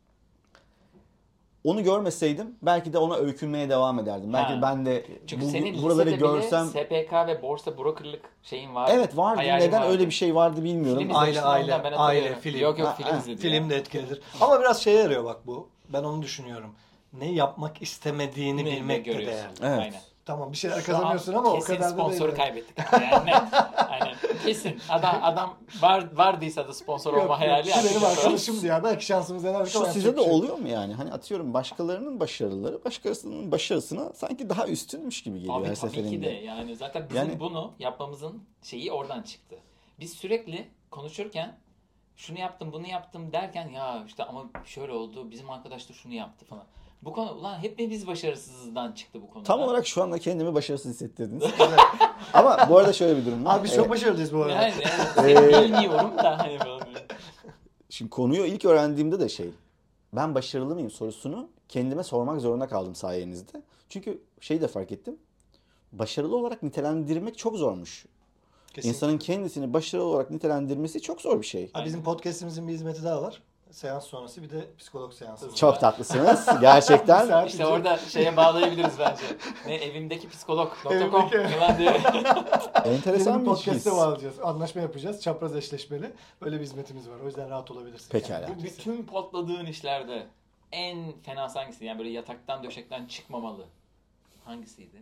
Onu görmeseydim belki de ona öykünmeye devam ederdim. Belki Ha. ben de Çünkü bu- senin buraları lisede görsem... bile S P K ve borsa brokerlık şeyin var. Evet vardı. Hayalin Neden vardı. öyle bir şey vardı bilmiyorum. Film Aile, izlemiştim aile, ondan, ben aile, hatırlıyorum. film. Yok yok Ha, film ha, izledim. Film ya. de etkilidir. Ama biraz şeye yarıyor bak bu. Ben onu düşünüyorum. Ne yapmak istemediğini Ne bilmek de görüyorsun. değerli. Evet. Aynen. Tamam bir şeyler Şu an kazanıyorsun ama o kesin kadar da değil. sponsoru yani. kaybettik. Yani net. Aynen. Kesin. Adam adam var vardıysa da sponsor Yok, olma yok. hayali Şu benim yaptık. arkadaşımdı ya. Belki şansımız denerdik Şu ama size yapacak de bir şey yok. oluyor mu yani? Hani atıyorum başkalarının başarıları başkasının başarısına sanki daha üstünmüş gibi geliyor Abi her tabii seferinde. ki de yani zaten bizim Yani- bunu yapmamızın şeyi oradan çıktı. Biz sürekli konuşurken şunu yaptım bunu yaptım derken ya işte ama şöyle oldu bizim arkadaş da şunu yaptı falan. Bu konu ulan hep mi biz başarısızdan çıktı bu konuda? Tam olarak şu anda kendimi başarısız hissettirdiniz. Ama bu arada şöyle bir durum var. Abi biz çok Ee, başarılıyız bu arada. Yani, yani seni bilmiyorum da hani falan diyor. Şimdi konuyu ilk öğrendiğimde de şey, ben başarılı mıyım sorusunu kendime sormak zorunda kaldım sayenizde. Çünkü şeyi de fark ettim. başarılı olarak nitelendirmek çok zormuş. Kesinlikle. İnsanın kendisini başarılı olarak nitelendirmesi çok zor bir şey. Ha, bizim podcast'imizin bir hizmeti daha var. Seans sonrası bir de psikolog seansı. Çok tatlısınız gerçekten. Bir saat İşte orada şeye bağlayabiliriz bence. Ne evimdeki psikolog nokta com Evimdeki- falan diye. Enteresan Yeni bir bir podcast'e his. bağlayacağız. Anlaşma yapacağız. Çapraz eşleşmeli. Böyle bir hizmetimiz var. O yüzden rahat olabilirsin. Pekala. Bu bütün patladığın işlerde en fenası hangisi? Yani böyle yataktan döşekten çıkmamalı. Hangisiydi?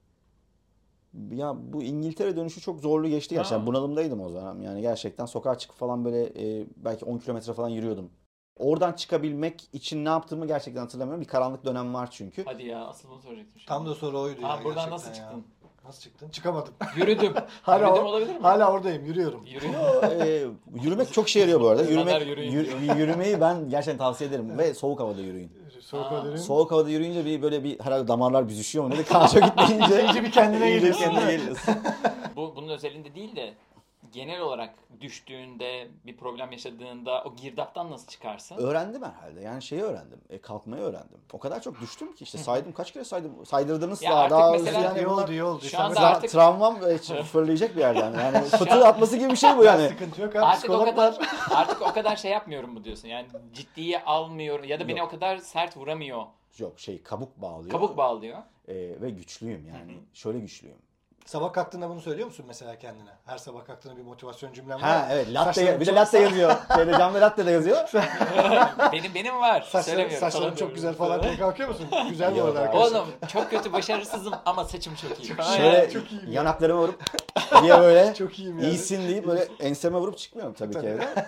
Ya bu İngiltere dönüşü çok zorlu geçti gerçekten. Ha. Bunalımdaydım o zaman. Yani gerçekten sokağa çıkıp falan böyle e, belki on kilometre falan yürüyordum. Oradan çıkabilmek için ne yaptığımı gerçekten hatırlamıyorum. Bir karanlık dönem var çünkü. Hadi ya asıl bunu soracaktım. şimdi. Tam da soru oydu Ha, ya. buradan gerçekten nasıl ya. çıktın? Nasıl çıktın? Çıkamadım. Yürüdüm. Hala, Yürüdüm o- olabilir mi? hala oradayım. Yürüyorum. Yürüdüm. e, yürümek çok işe yarıyor bu arada. Kadar Yürümek, yürüyün yür- diyor. yürümeyi ben gerçekten tavsiye ederim. Ve soğuk havada yürüyün. Soğuk Aa, alayım. Soğuk havada yürüyünce bir böyle bir herhalde damarlar büzüşüyor mu? Ne de kan çok gitmeyince. İyice bir kendine iyice geliyorsun, kendine değil mi? geliyorsun. Bu bunun özelinde değil de genel olarak düştüğünde, bir problem yaşadığında o girdaptan nasıl çıkarsın? Öğrendim herhalde. Yani şeyi öğrendim. E, kalkmayı öğrendim. O kadar çok düştüm ki işte saydım. Kaç kere saydım? Saydırdınız Ya daha. artık daha mesela- yani iyi bunlar- oldu iyi oldu. Şu Sen anda mesela- Tra- artık- travmam e, ç- fırlayacak bir yerden. Yani fıtığı atması gibi bir şey bu yani. Sıkıntı yok abi. Artık o Psikolog kadar var. artık o kadar şey yapmıyorum mu diyorsun? Yani ciddiye almıyorum ya da beni Yok. o kadar sert vuramıyor. Yok şey kabuk bağlıyor. Kabuk bağlıyor. E, ve güçlüyüm yani. Şöyle güçlüyüm. Sabah kalktığında bunu söylüyor musun mesela kendine? Her sabah kalktığında bir motivasyon cümlem var. Ha evet latte Saçlarım bir de çok- latte yazıyor. Şeyde camda latte de yazıyor. benim benim var. Saçlarım, Söylemiyorum. saçlarım Falan çok diyorum. güzel falan diye kalkıyor musun? Güzel bu Yok arada abi. arkadaşlar. Oğlum çok kötü başarısızım ama saçım çok iyi. Falan Şöyle yani. çok iyiyim ya. yanaklarıma vurup diye böyle Çok iyiyim yani. iyisin deyip böyle enseme vurup çıkmıyorum tabii, Tabii. ki evden.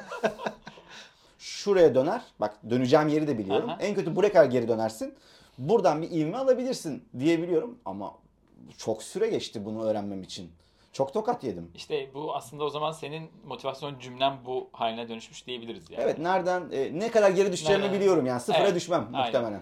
Şuraya döner. Bak döneceğim yeri de biliyorum. Aha. En kötü buraya kadar geri dönersin. Buradan bir ivme alabilirsin diyebiliyorum ama çok süre geçti bunu öğrenmem için. Çok tokat yedim. İşte bu aslında o zaman senin motivasyon cümlen bu haline dönüşmüş diyebiliriz yani. Evet nereden e, ne kadar geri düşeceğimi Nereden? biliyorum yani sıfıra Evet, düşmem aynen. muhtemelen.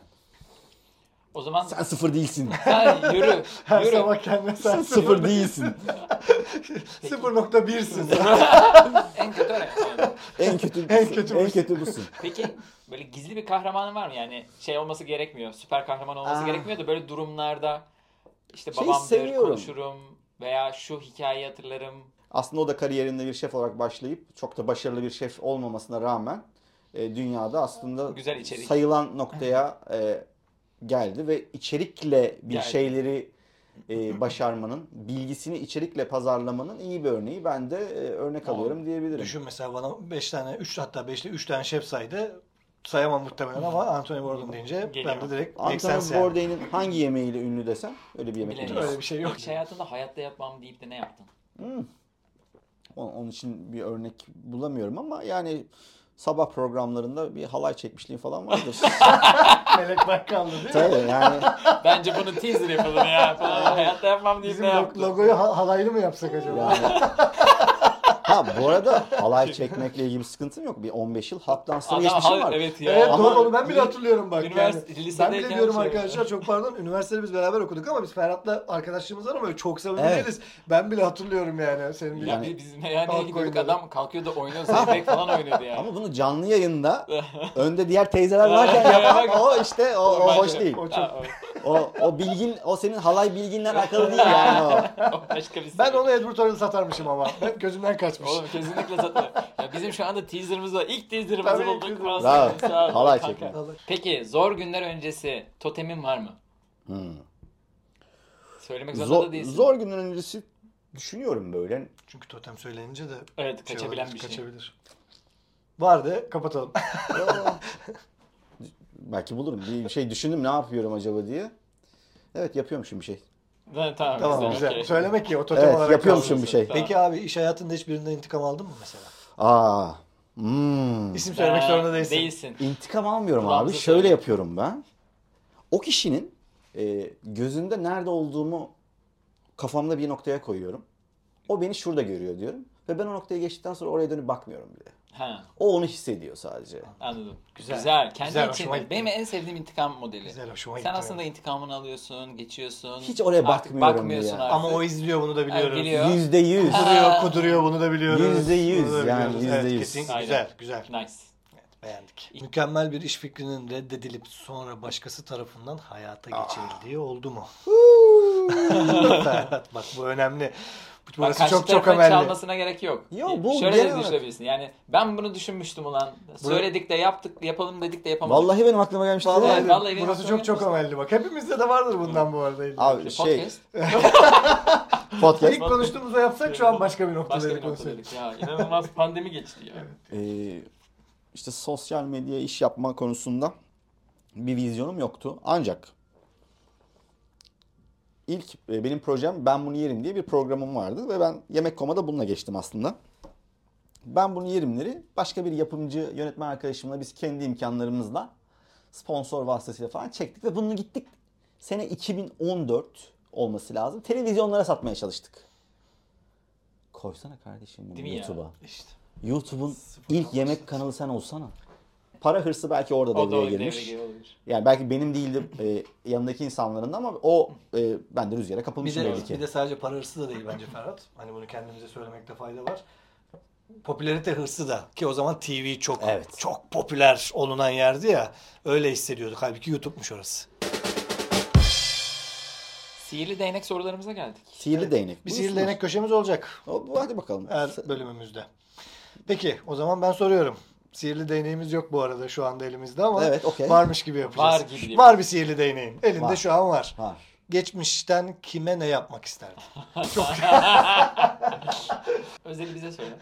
O zaman Sen sıfır değilsin. sen yürü. Her yürü. sabah kendine Sen sen sıfır değilsin. sıfır nokta birsin. En kötü öyle. Yani. En kötü En kötü en busun. kötü busun. Peki böyle gizli bir kahramanın var mı? Yani şey olması gerekmiyor. Süper kahraman olması Aa. gerekmiyor da böyle durumlarda işte Şeyi babamdır, seviyorum. konuşurum veya şu hikayeyi hatırlarım. Aslında o da kariyerinde bir şef olarak başlayıp çok da başarılı bir şef olmamasına rağmen e, dünyada aslında Güzel içerik. sayılan noktaya e, geldi ve içerikle bir Geldi. şeyleri e, başarmanın, bilgisini içerikle pazarlamanın iyi bir örneği. Ben de e, örnek Tamam. alıyorum diyebilirim. Düşün mesela bana beş tane, üç hatta beşte üç tane şef saydı. Sayamam muhtemelen ama Anthony Bourdain deyince Geliyor. ben de direkt make sense Anthony yani. Bourdain'in hangi yemeğiyle ünlü desem öyle bir yemek Bilemiyorum. bilmez. Öyle bir şey yok. Hiç hayatında hayatta yapmam deyip de ne yaptın? Hmm. O- Onun için bir örnek bulamıyorum ama yani sabah programlarında bir halay çekmişliğim falan vardır. Melek Bakkallı değil mi? Tabii yani Bence bunun teaser yapalım ya falan. Hayatta yapmam deyip Bizim ne lo- yaptın? logoyu ha- halaylı mı yapsak acaba? Yani. Ha bu arada halay çekmekle ilgili bir sıkıntım yok. Bir on beş yıl halk dansları Adam geçmişim hal- var. Evet ya. Evet Ama- doğru onu ben bile hatırlıyorum bak. Üniversite- yani. Ben lisedeyken bile diyorum şey- arkadaşlar çok pardon. Üniversitede biz beraber okuduk ama biz Ferhat'la arkadaşlığımız var ama öyle çok samimi Evet. değiliz. Ben bile hatırlıyorum yani. Senin bir Ya Yani- biz meyhaneye Halk gidiyorduk oyunları. adam kalkıyordu oynuyor zeybek falan oynuyordu yani. Ama bunu canlı yayında önde diğer teyzeler varken yapan o işte o, o hoş değil. O çok- Ha, O o bilgin o senin halay bilginle alakalı değil yani o. o başka bir Ben şey. onu Edward Torrens'e satarmışım ama. Hep gözümden kaçmış. Oğlum kesinlikle zaten. Ya bizim şu anda teaserımız var. İlk teaserımızı Tabii, bulduk. ilk falan. Bravo. Sağ ol, Halay kanka. çekme. Vallahi. Peki zor günler öncesi totemin var mı? Hmm. Söylemek zorunda Zor, da değilsin. zor günler öncesi düşünüyorum böyle. Çünkü totem söylenince de Evet kaçabilen olabilir, bir şey. kaçabilir. Vardı kapatalım. Belki bulurum. Bir şey düşündüm ne yapıyorum acaba diye. Evet yapıyormuşum bir şey. Ha, tamam, Tamam güzel. güzel. okey. Söylemek ki o totem Evet olarak yapıyormuşum kalsın. bir şey. Tamam. Peki abi iş hayatında hiçbirinden intikam aldın mı mesela? Aa. Hmm. İsim söylemek Ben- zorunda değilsin. Değilsin. İntikam almıyorum Kulağımıza abi. Şöyle söyle. yapıyorum ben. O kişinin e, gözünde nerede olduğumu kafamda bir noktaya koyuyorum. O beni şurada görüyor diyorum. Ve ben o noktaya geçtikten sonra oraya dönüp bakmıyorum bile. Ha, O onu hissediyor sadece. anladım. Güzel. Güzel. Kendi Güzel, için. hoşuma gitti. Benim en sevdiğim intikam modeli. Güzel hoşuma Sen gitti. aslında intikamını alıyorsun, geçiyorsun. Hiç oraya Artık bakmıyorum bakmıyorsun bile. artık. Ama o izliyor bunu da biliyoruz. Ha, biliyor. Yüzde yüz. Kuduruyor, kuduruyor bunu da biliyoruz. Yüzde yüz, Bunu da yani biliyoruz. yüzde Evet, yüz. kesinlikle Aynen. güzel, güzel. Nice. Evet, beğendik. Mükemmel bir iş fikrinin reddedilip sonra başkası tarafından hayata geçirildiği oldu mu? Ferhat bak bu önemli. Bak, Burası karşı çok çok tarafın emelli. çalmasına gerek yok. Yo, bu Şöyle genel de olarak- düşünebilirsin. Yani ben bunu düşünmüştüm ulan. Söyledik de yaptık, yapalım dedik de yapamadık. Vallahi benim aklıma gelmişti. Vallahi, Evet, vallahi benim burası aklıma çok çok gelmişti. emelli bak. Hepimizde de vardır bundan bu arada. illa. Abi şey Podcast. podcast. İlk konuştuğumuzda yapsak şu an başka bir Başka noktadaydı bir konuşalım. noktadaydık ya. İnanılmaz pandemi geçti ya. Ee, işte sosyal medya iş yapma konusunda bir vizyonum yoktu. Ancak ilk e, benim projem Ben Bunu Yerim diye bir programım vardı ve ben Yemek nokta com'a bununla geçtim aslında. Ben Bunu Yerimleri başka bir yapımcı, yönetmen arkadaşımla biz kendi imkanlarımızla sponsor vasıtasıyla falan çektik ve bunu gittik sene iki bin on dört olması lazım. Televizyonlara satmaya çalıştık. Koysana kardeşim bunu Değil mi ya? YouTube'a. İşte. YouTube'un ilk yemek kanalı sen olsana. Para hırsı belki orada O da devreye o devreye girmiş. giriyor olabilir. Yani belki benim değildi e, yanındaki insanların da ama o e, ben de rüzgara Bir kapılmışım de, belli ki. bir de sadece para hırsı da değil bence Ferhat. Hani bunu kendimize söylemekte fayda var. Popülarite hırsı da ki o zaman T V çok Evet. çok popüler olunan yerdi ya. Öyle hissediyorduk. Halbuki YouTube'muş orası. Sihirli değnek sorularımıza geldik. Sihirli değnek. Bir Bu sihirli üstüne. değnek köşemiz olacak O, bu, hadi bakalım. her bölümümüzde. Peki o zaman ben soruyorum. Sihirli değneğimiz yok bu arada şu anda elimizde ama Evet, okey. varmış gibi yapacağız. Var gibi değil mi? Var bir sihirli değneğin. Elinde Var. şu an var. Var. Geçmişten kime ne yapmak isterdin? Özeli bize söyle.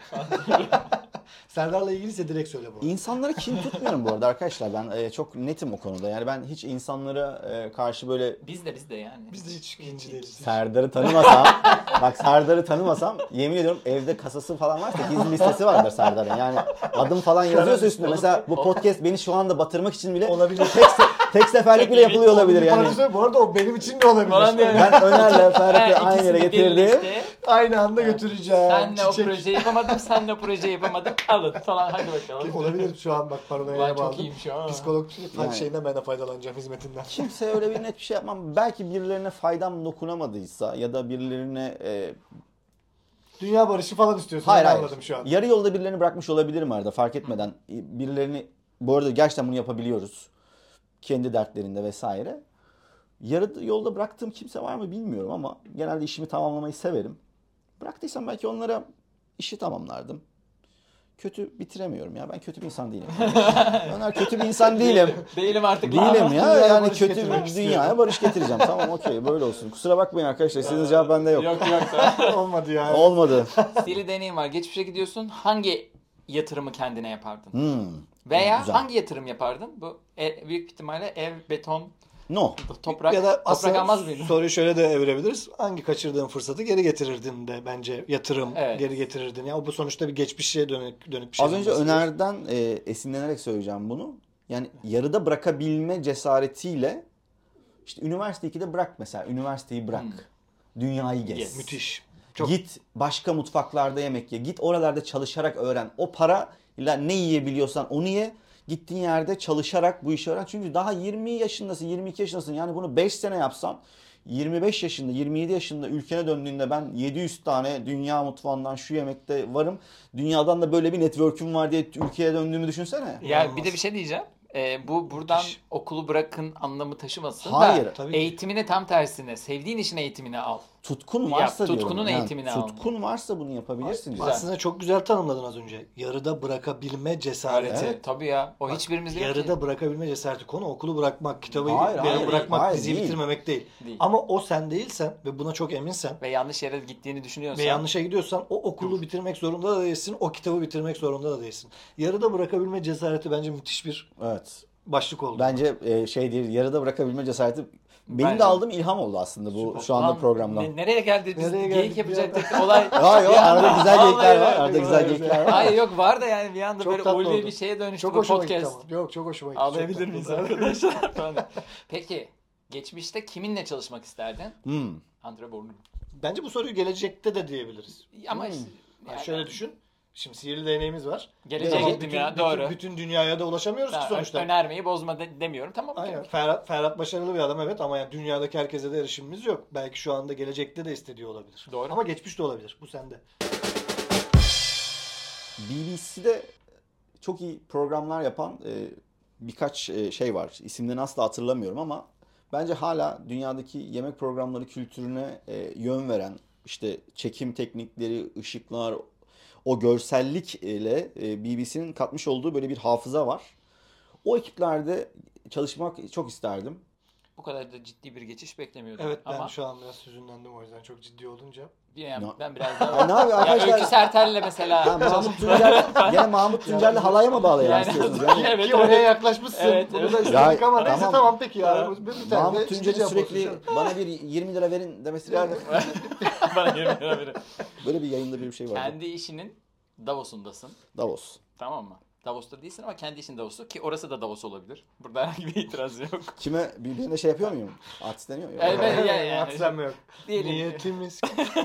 Serdar'la ilgiliyse direkt söyle bu. İnsanlara kin tutmuyorum bu arada arkadaşlar. Ben e, çok netim o konuda. Yani ben hiç insanlara e, karşı böyle Biz de biz de yani. Biz de hiç ikinci değiliz. Serdar'ı tanımasam, bak Serdar'ı tanımasam yemin ediyorum evde kasası falan varsa gizli listesi vardır Serdar'ın. Yani adım falan yazıyorsa üstünde. Mesela bu podcast beni şu anda batırmak için bile Olabilir. tek, se- tek seferlik bile yapılıyor olabilir yani. Yani. Bu arada o benim için de olabilir. Falan diyor. Ben Öner'le Ferhat'ı Ha, aynı yere ikisini getirdim. birlikte, Aynı anda götüreceğim. Senle o Çiçek. projeyi yapamadım, senle o projeyi yapamadım. Alın falan hadi bakalım. Olabilir şu an bak paranoya Ulan çok bağladım. iyiymiş ha. Psikolog Yani. şeyinden ben de faydalanacağım hizmetinden. Kimse öyle bir net bir şey yapmam. Belki birilerine faydam dokunamadıysa ya da birilerine e, Dünya barışı falan istiyorsun. hayır Hayır, hayır. anladım şu an. Yarı yolda birilerini bırakmış olabilirim arada fark etmeden. Birilerini bu arada gerçekten bunu yapabiliyoruz. Kendi dertlerinde vesaire. Yarı yolda bıraktığım kimse var mı bilmiyorum ama genelde işimi tamamlamayı severim. Bıraktıysam belki onlara işi tamamlardım. Kötü bitiremiyorum ya. Ben kötü bir insan değilim. Öner kötü bir insan değilim. Değilim artık. Değilim ya. Dünyaya Yani barış kötü getirmek bir istiyorum. dünyaya barış getireceğim. Tamam okey böyle olsun. Kusura bakmayın arkadaşlar. Sizin cevap bende yok. Yok yok da. Olmadı yani. Olmadı. Sihirli deneyim var. Geçmişe gidiyorsun. Hangi yatırımı kendine yapardın? Hmm. Veya Güzel. hangi yatırım yapardın? Bu e, büyük ihtimalle ev, beton, No. toprak. Ya da toprak aslında almaz mıydın? soruyu şöyle de evirebiliriz. Hangi kaçırdığın fırsatı geri getirirdin de bence yatırım Evet. geri getirirdin. Ya bu sonuçta bir geçmişe dönük dönük bir şey. Az önce Öner'den e, esinlenerek söyleyeceğim bunu. Yani yarıda bırakabilme cesaretiyle işte üniversite ikide bırak mesela. Üniversiteyi bırak. Dünyayı gez. Yes. Müthiş. Çok Git başka mutfaklarda yemek ye. Git oralarda çalışarak öğren. O parayla ne yiyebiliyorsan onu ye. Gittiğin yerde çalışarak bu işi öğren. Çünkü daha yirmi yaşındasın, yirmi iki yaşındasın. Yani bunu beş sene yapsan yirmi beş yaşında, yirmi yedi yaşında ülkene döndüğünde ben yedi yüz tane dünya mutfağından şu yemekte varım. Dünyadan da böyle bir network'üm var diye ülkeye döndüğümü düşünsene. Ya bir de bir şey diyeceğim. Ee, bu buradan Müthiş. okulu bırakın anlamı taşımasın Hayır, da tabii ki. eğitimini tam tersine sevdiğin işin eğitimini al. Tutkun varsa Yap, diyorum. tutkunun Yani eğitimini al. Tutkun varsa bunu yapabilirsin. Güzel. aslında çok güzel tanımladın az önce. Yarıda bırakabilme cesareti. Evet. Tabii ya. O hiçbirimizde yok ki. Yarıda bırakabilme cesareti. Konu okulu bırakmak, kitabı Hayır, yarı hayır, bırakmak, hayır, diziyi değil. bitirmemek değil. Değil. Ama o sen değilsen ve buna çok eminsen Ve yanlış yere gittiğini düşünüyorsan. ve yanlışa gidiyorsan o okulu bitirmek zorunda da değilsin, o kitabı bitirmek zorunda da değilsin. Yarıda bırakabilme cesareti bence müthiş bir Evet. başlık oldu. Bence e, şey değil, yarıda bırakabilme cesareti benim Bence. de aldığım ilham oldu aslında bu Süper. şu anda Lan, programdan. ne- nereye geldi? Biz Nereye geyik geldik yapacaktık. Olay. Ya yok Bir anda- arada güzel geyikler Vallahi var. öyle. Arada güzel geyikler var. Hayır yok var da yani bir anda Çok böyle tatlı ulvi oldu. bir şeye dönüştü çok bu hoşuma gitti podcast. ama. Yok çok hoşuma gitti. Ağlayabilir Çok miyiz tatlı. arkadaşlar? Falan. Peki geçmişte kiminle çalışmak isterdin? Hmm. Andre Borlu. Bence bu soruyu gelecekte de diyebiliriz. Ama Hmm. işte- Yani yani- şöyle düşün. Şimdi sihirli değneğimiz var. Geleceğe Ama gittim bütün, ya, bütün- doğru. Bütün dünyaya da ulaşamıyoruz Ha, ki sonuçta. önermeyi bozma de- demiyorum. Tamam. okey, Aynen. okey. Ferhat, Ferhat başarılı bir adam evet ama yani dünyadaki herkese de erişimimiz yok. Belki şu anda gelecekte de istediği olabilir. Doğru. Ama geçmiş de olabilir. Bu sende. B B C'de çok iyi programlar yapan e, birkaç e, şey var. İsimlerini asla hatırlamıyorum ama bence hala dünyadaki yemek programları kültürüne e, yön veren, işte çekim teknikleri, ışıklar, o görsellik ile e, B B C'nin katmış olduğu böyle bir hafıza var. O ekiplerde çalışmak çok isterdim. Bu kadar da ciddi bir geçiş beklemiyordum. Evet ben ama şu an biraz hüzünlendim o yüzden çok ciddi olunca. yani No. ben biraz Ya daha... ne yapıyor ya arkadaşlar? Öykü Sertel'le mesela... Ha, Mahmut Tuncer, gene Mahmut Tuncer'le halaya mı bağlayalım Yani- istiyorsunuz? Yani, Evet, Ki oraya yaklaşmışsın. Evet, Bunu evet. da istedik Ya, ama neyse tamam. tamam peki ya. Ya, Bir, bir tane Mahmut de Tuncer'in çizici sürekli yapalım. bana bir yirmi lira verin demesi Yani Bana yemin ederim. böyle bir yayında bir şey vardı. Kendi işinin Davos'undasın. Davos. Tamam mı? Davos'ta değilsin ama kendi işin Davos'u ki orası da Davos olabilir. Burada herhangi bir itiraz yok. Kime birbirine şey yapıyor muyum? Artistleniyor muyum? Evet, yani, yani. Haksızlanma yok. Diyelim. Niyetimiz.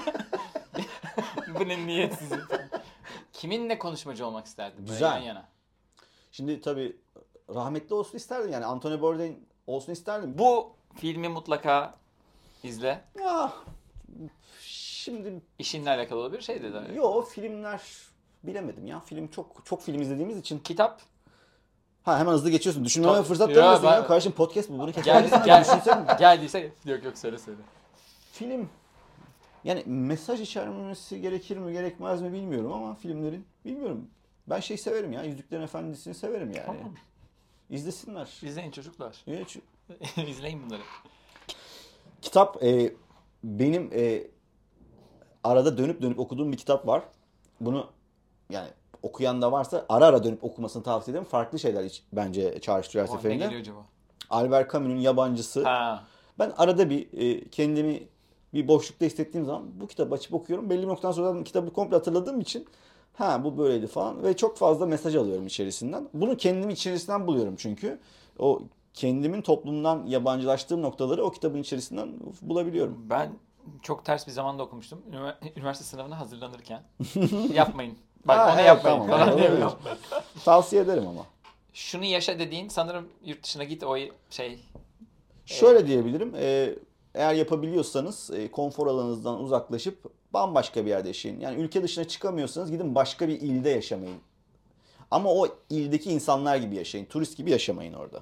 Bu ne niyetsiz. Kiminle konuşmacı olmak isterdin? Böyle Güzel. yan yana. Şimdi tabii rahmetli olsun isterdim yani. Anthony Bourdain olsun isterdim. Bu filmi mutlaka izle. Ya şimdi İşinle alakalı olabilir şey de. tabii. yo filmler bilemedim ya. Film çok çok film izlediğimiz için. Kitap. Ha hemen hızlı geçiyorsun. Düşünmeme Tabii. fırsat Ya vermiyorsun ben- ya. Kardeşim podcast bu. Bunu Gel, kesersin. gel. Düşünsene. Geldiyse yok yok söyle söyle. Film yani mesaj içermesi gerekir mi gerekmez mi bilmiyorum ama filmlerin bilmiyorum. Ben şey severim ya. Yüzüklerin Efendisi'ni severim yani. Tamam. İzlesinler. İzleyin çocuklar. Ya, şu- İzleyin bunları. Kitap e, benim e, arada dönüp dönüp okuduğum bir kitap var. Bunu yani okuyan da varsa ara ara dönüp okumasını tavsiye ederim. Farklı şeyler hiç, bence çağrıştırıyor her O, ne seferinde. geliyor acaba? Albert Camus'un Yabancısı. Ha. Ben arada bir e, kendimi bir boşlukta hissettiğim zaman bu kitabı açıp okuyorum. Belli bir noktadan sonra kitabı komple hatırladığım için ha bu böyleydi falan ve çok fazla mesaj alıyorum içerisinden. Bunu kendimi içerisinden buluyorum çünkü. O kendimin toplumdan yabancılaştığım noktaları o kitabın içerisinden bulabiliyorum. Ben çok ters bir zamanda okumuştum. Ünivers- Üniversite sınavına hazırlanırken. Yapmayın. Bak Ha, onu evet, yapmayın. tamam. falan diye Olabilir. böyle. Tavsiye ederim ama. Şunu yaşa dediğin sanırım yurt dışına git o şey. Şöyle diyebilirim. e, eğer yapabiliyorsanız e, konfor alanınızdan uzaklaşıp bambaşka bir yerde yaşayın. Yani ülke dışına çıkamıyorsanız gidin başka bir ilde yaşamayın. Ama o ildeki insanlar gibi yaşayın. Turist gibi yaşamayın orada.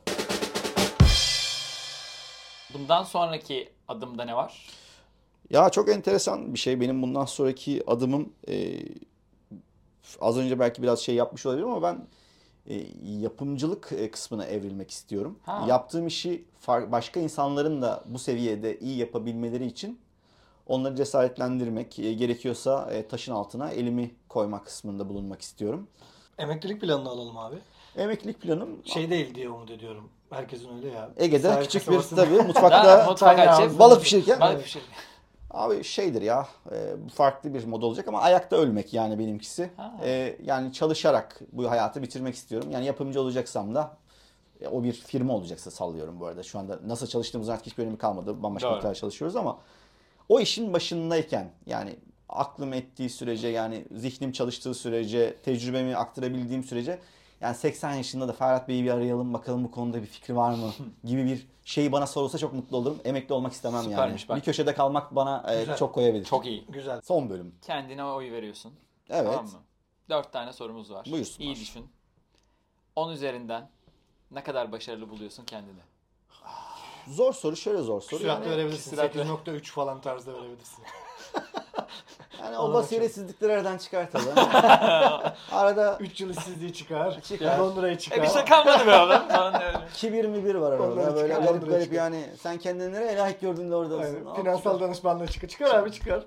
Bundan sonraki adımda ne var? Ya çok enteresan bir şey. Benim bundan sonraki adımım e, az önce belki biraz şey yapmış olabilirim ama ben e, yapımcılık e, kısmına evrilmek istiyorum. Ha. Yaptığım işi far- başka insanların da bu seviyede iyi yapabilmeleri için onları cesaretlendirmek, e, gerekiyorsa e, taşın altına elimi koymak kısmında bulunmak istiyorum. Emeklilik planını alalım abi. Emeklilik planım Şey değil diye umut ediyorum. Herkesin öyle ya. Ege'de Sahil küçük bir kasabasında- tabii Daha mutfakta mutfak Tiny açıp house. balık pişirirken balık pişir. abi şeydir ya e, farklı bir mod olacak ama ayakta ölmek yani benimkisi. Ha. E, yani çalışarak bu hayatı bitirmek istiyorum. Yani yapımcı olacaksam da e, o bir firma olacaksa sallıyorum bu arada. Şu anda nasıl çalıştığımız artık hiçbir önemi kalmadı. Bambaşka Doğru. noktalarda çalışıyoruz ama o işin başındayken yani aklım ettiği sürece yani zihnim çalıştığı sürece tecrübemi aktarabildiğim sürece yani seksen yaşında da Ferhat Bey'i bir arayalım bakalım bu konuda bir fikri var mı gibi bir şey bana sorulsa çok mutlu olurum. Emekli olmak istemem yani. Süpermiş bak. Bir köşede kalmak bana e, Güzel. çok koyabilir. Çok iyi. Güzel. Son bölüm. Kendine oy veriyorsun. Evet. Tamam mı? Dört tane sorumuz var. Buyursunlar. İyi düşün. On üzerinden ne kadar başarılı buluyorsun kendini? Zor soru şöyle zor soru. Küsurat Yani, verebilirsin. küsurat sekiz nokta üç falan tarzda verebilirsin. yani Ona o basiretsizlikleri aradan çıkartalım. Arada üç yıl işsizliği çıkar. Çıkar. Londra'yı çıkar. E bir şey kalmadı be oğlum. Falan öyle. kibir mi bir var arada. Onları Böyle çıkar, garip onları garip çıkar. yani. Sen kendini nereye layık gördün de oradasın. Aynen. Al, Finansal çıkar. danışmanlığa çıkar. Çıkar abi çıkar.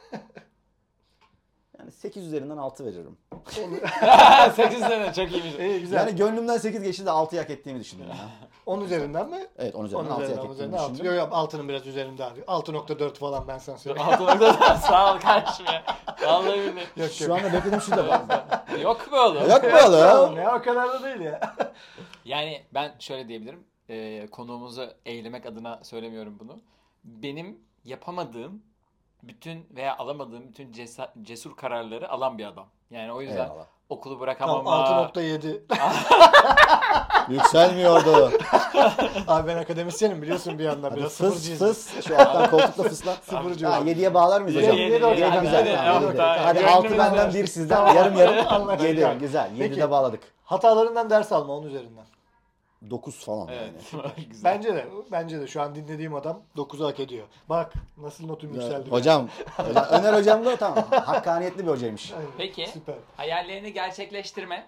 Yani sekiz üzerinden altı veririm. Sekiz sene çok iyiymiş. İyi güzel. Yani gönlümden sekiz geçti de altı hak ettiğimi düşündüm ya. on üzerinden mi? Evet on on üzerinden altı hak üzerinden, on ettiğimi üzerinden altı. düşündüm. Yok yok altının biraz üzerinde abi. altı nokta dört falan ben sana söyleyeyim. Altı noktadan sağ ol kardeşim ya. Vallahi billahi. Yok yok. Şu anda bekledim şu da. Yok be oğlum. Yok mu Oğlum oğlum? ya o kadar da değil ya. Yani ben şöyle diyebilirim. Ee, konuğumuzu eğlemek adına söylemiyorum bunu. Benim yapamadığım bütün veya alamadığım bütün cesa- cesur kararları alan bir adam. Yani o yüzden Eyvallah. okulu Tamam bırakamama. altı nokta yedi. Yükselmiyordu. Abi ben akademisyenim biliyorsun bir yandan. Hadi Biraz fıs sıfırcıyız. fıs. Şu alttan koltukla fısla. Sıfırcı Ha, var. yediye bağlar mıyız Yedi, hocam? yedi, yedi, Yedi hadi, güzel. hadi, Tamam, hadi, yedi. hadi. Hadi Gönlümüz altı benden var. bir sizden. Tamam. Yarım yarım. Anlaştık. Yedi güzel. Peki. Yedide bağladık. Hatalarından ders alma on üzerinden. dokuz falan Evet. yani. Güzel. Bence de. Bence de şu an dinlediğim adam dokuzu hak ediyor. Bak nasıl notum yükseldi. Hocam, hocam Öner hocam da tamam hakkaniyetli bir hocaymış. Aynen. Peki Süper. hayallerini gerçekleştirme.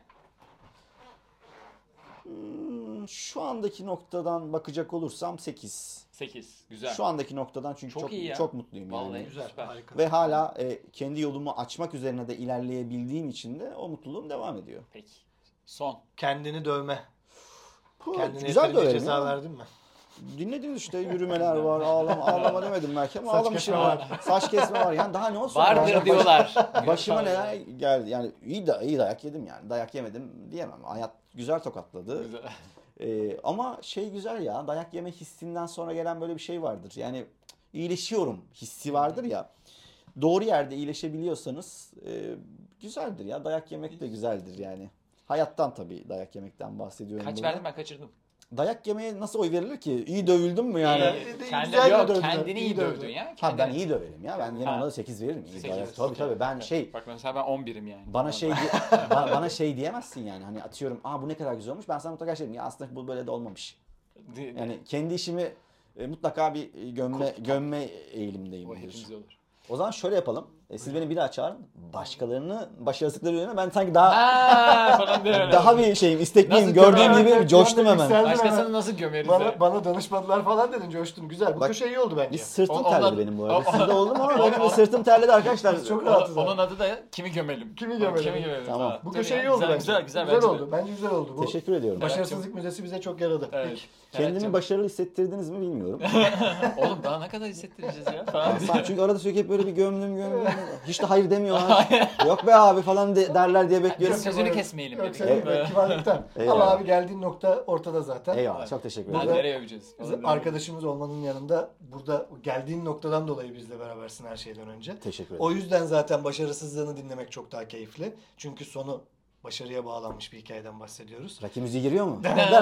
Hmm, Şu andaki noktadan bakacak olursam sekiz. sekiz. Güzel. Şu andaki noktadan çünkü Çok çok iyi ya. çok mutluyum yani. Vallahi Güzel. Süper. Harika. Ve hala e, kendi yolumu açmak üzerine de ilerleyebildiğim için de o mutluluğum devam ediyor. Peki. Son. Kendini dövme. Puh, Kendine güzel yeterince döverim ceza ya. verdin mi? Dinlediniz işte yürümeler var, ağlama, ağlama demedim belki ama Saç ağlamışım kesme var. var. Saç kesme var. Yani daha ne olsun? Vardır Yani baş- diyorlar. Başıma neler geldi. Yani iyi, da, iyi dayak yedim yani. Dayak yemedim diyemem. Hayat güzel tokatladı. Güzel. Ee, ama şey güzel ya. Dayak yeme hissinden sonra gelen böyle bir şey vardır. Yani iyileşiyorum hissi vardır ya. Doğru yerde iyileşebiliyorsanız e, güzeldir ya. Dayak yemek de güzeldir yani. Hayattan tabii dayak yemekten bahsediyorum. Kaç burada. verdim ben kaçırdım. Dayak yemeye nasıl oy verilir ki? İyi dövüldüm mü yani? İyi, iyi, kendi, güzel yok, dövdün. kendini iyi İyi dövdün dövdün. ya. Ha Kendini. ben iyi döverim ya. Ben yine Ha. ona da sekiz veririm. İyi Sekiz. dayak. Tabii tabii ben şey Bak mesela ben on birim yani. bana şey bana, bana şey diyemezsin yani. Hani atıyorum, "Aa bu ne kadar güzel olmuş." Ben sana mutlaka şey diyeyim. Ya aslında bu böyle de olmamış. Yani kendi işimi e, mutlaka bir e, gömme gömme eğilimdeyim. O hepimiz olur. O zaman şöyle yapalım. E, siz beni bir daha çağırın. Başkalarını başarısızlıkları üzerine ben sanki daha Haa falan diye öyle. daha bir şeyim, istekliyim. Nasıl Gördüğüm gömer- gibi Evet, coştum bir anda hemen. yükseldim Başkasını hemen. nasıl gömeriz ya? Bana, bana danışmadılar falan dedin, coştum. Güzel. Bu Bak, köşe iyi oldu bence. Bir sırtım O- terledi ondan- benim bu arada. o- Sizde oldu mu ama o- benim o- de sırtım terledi arkadaşlar. Çok Onun, rahatız abi. onun adı da kimi gömelim. Kimi gömelim. Kimi gömelim. Tamam. falan. Bu Tabii köşe ya, iyi oldu güzel, bence. Güzel güzel, güzel bence de. oldu. Bence güzel oldu. Bu Teşekkür ediyorum. başarısızlık müzesi bize çok yaradı. Evet. Peki. Kendimi Ferhat'cığım. başarılı hissettirdiniz mi bilmiyorum. Oğlum daha ne kadar hissettireceğiz ya falan Yani diye. sen- çünkü arada sürekli hep böyle bir gömdüm gömdüm. Hiç de hayır demiyorlar. Yok be abi falan de, derler diye bekliyorum. Sözünü kesmeyelim Yok dedik. senin de kibarlıktan. Eyvallah. Ama abi geldiğin nokta ortada zaten. Eyvallah, çok teşekkür Ben ederim. nereye öveceğiz? Biz Falan arkadaşımız olmanın yanında burada geldiğin noktadan dolayı bizle berabersin her şeyden önce. Teşekkür ederim. O yüzden zaten başarısızlığını dinlemek çok daha keyifli. Çünkü sonu başarıya bağlanmış bir hikayeden bahsediyoruz. Rakip müziği giriyor mu?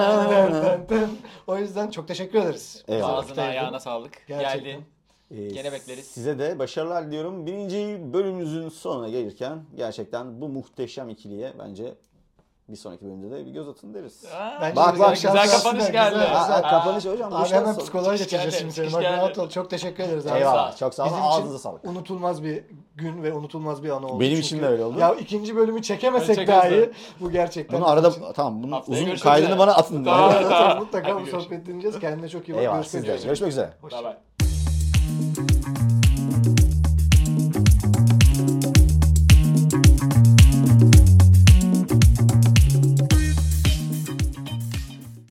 O yüzden çok teşekkür ederiz. Eyvallah. Bize Ağzına vakit ayırdın. ayağına sağlık. Gerçekten. Geldin. Ee, Gene bekleriz. Size de başarılar diliyorum. Birinci bölümümüzün sonuna gelirken gerçekten bu muhteşem ikiliye bence bir sonraki bölümde de bir göz atın deriz. Aa, Bence Bak, de bak, güzel güzel şans kapanış versinler, geldi. güzel, Ha, güzel. ha, kapanış hocam. Abi bu hemen şans- psikoloğa Çıkış geçeceğiz geldi, şimdi. çıkış Bak geldi. rahat ol. Çok teşekkür ederiz abi. Eyvallah. Çok sağ olun. Bizim için Ağzınıza sağlık. unutulmaz bir gün ve unutulmaz bir anı oldu. Benim Çünkü- için de öyle oldu. Ya ikinci bölümü çekemesek Çekeriz dahi de. bu gerçekten. Bunu arada bizim için- tamam bunun Haftaya uzun görüşmek kaydını üzere. bana atın. Tamam. Evet, evet, mutlaka Hadi bu görüşürüz. sohbet dinleyeceğiz. Kendine çok iyi bak. Eyvallah Görüşmek siz de. üzere. Görüşmek üzere. Hoşça Bye kal. bye.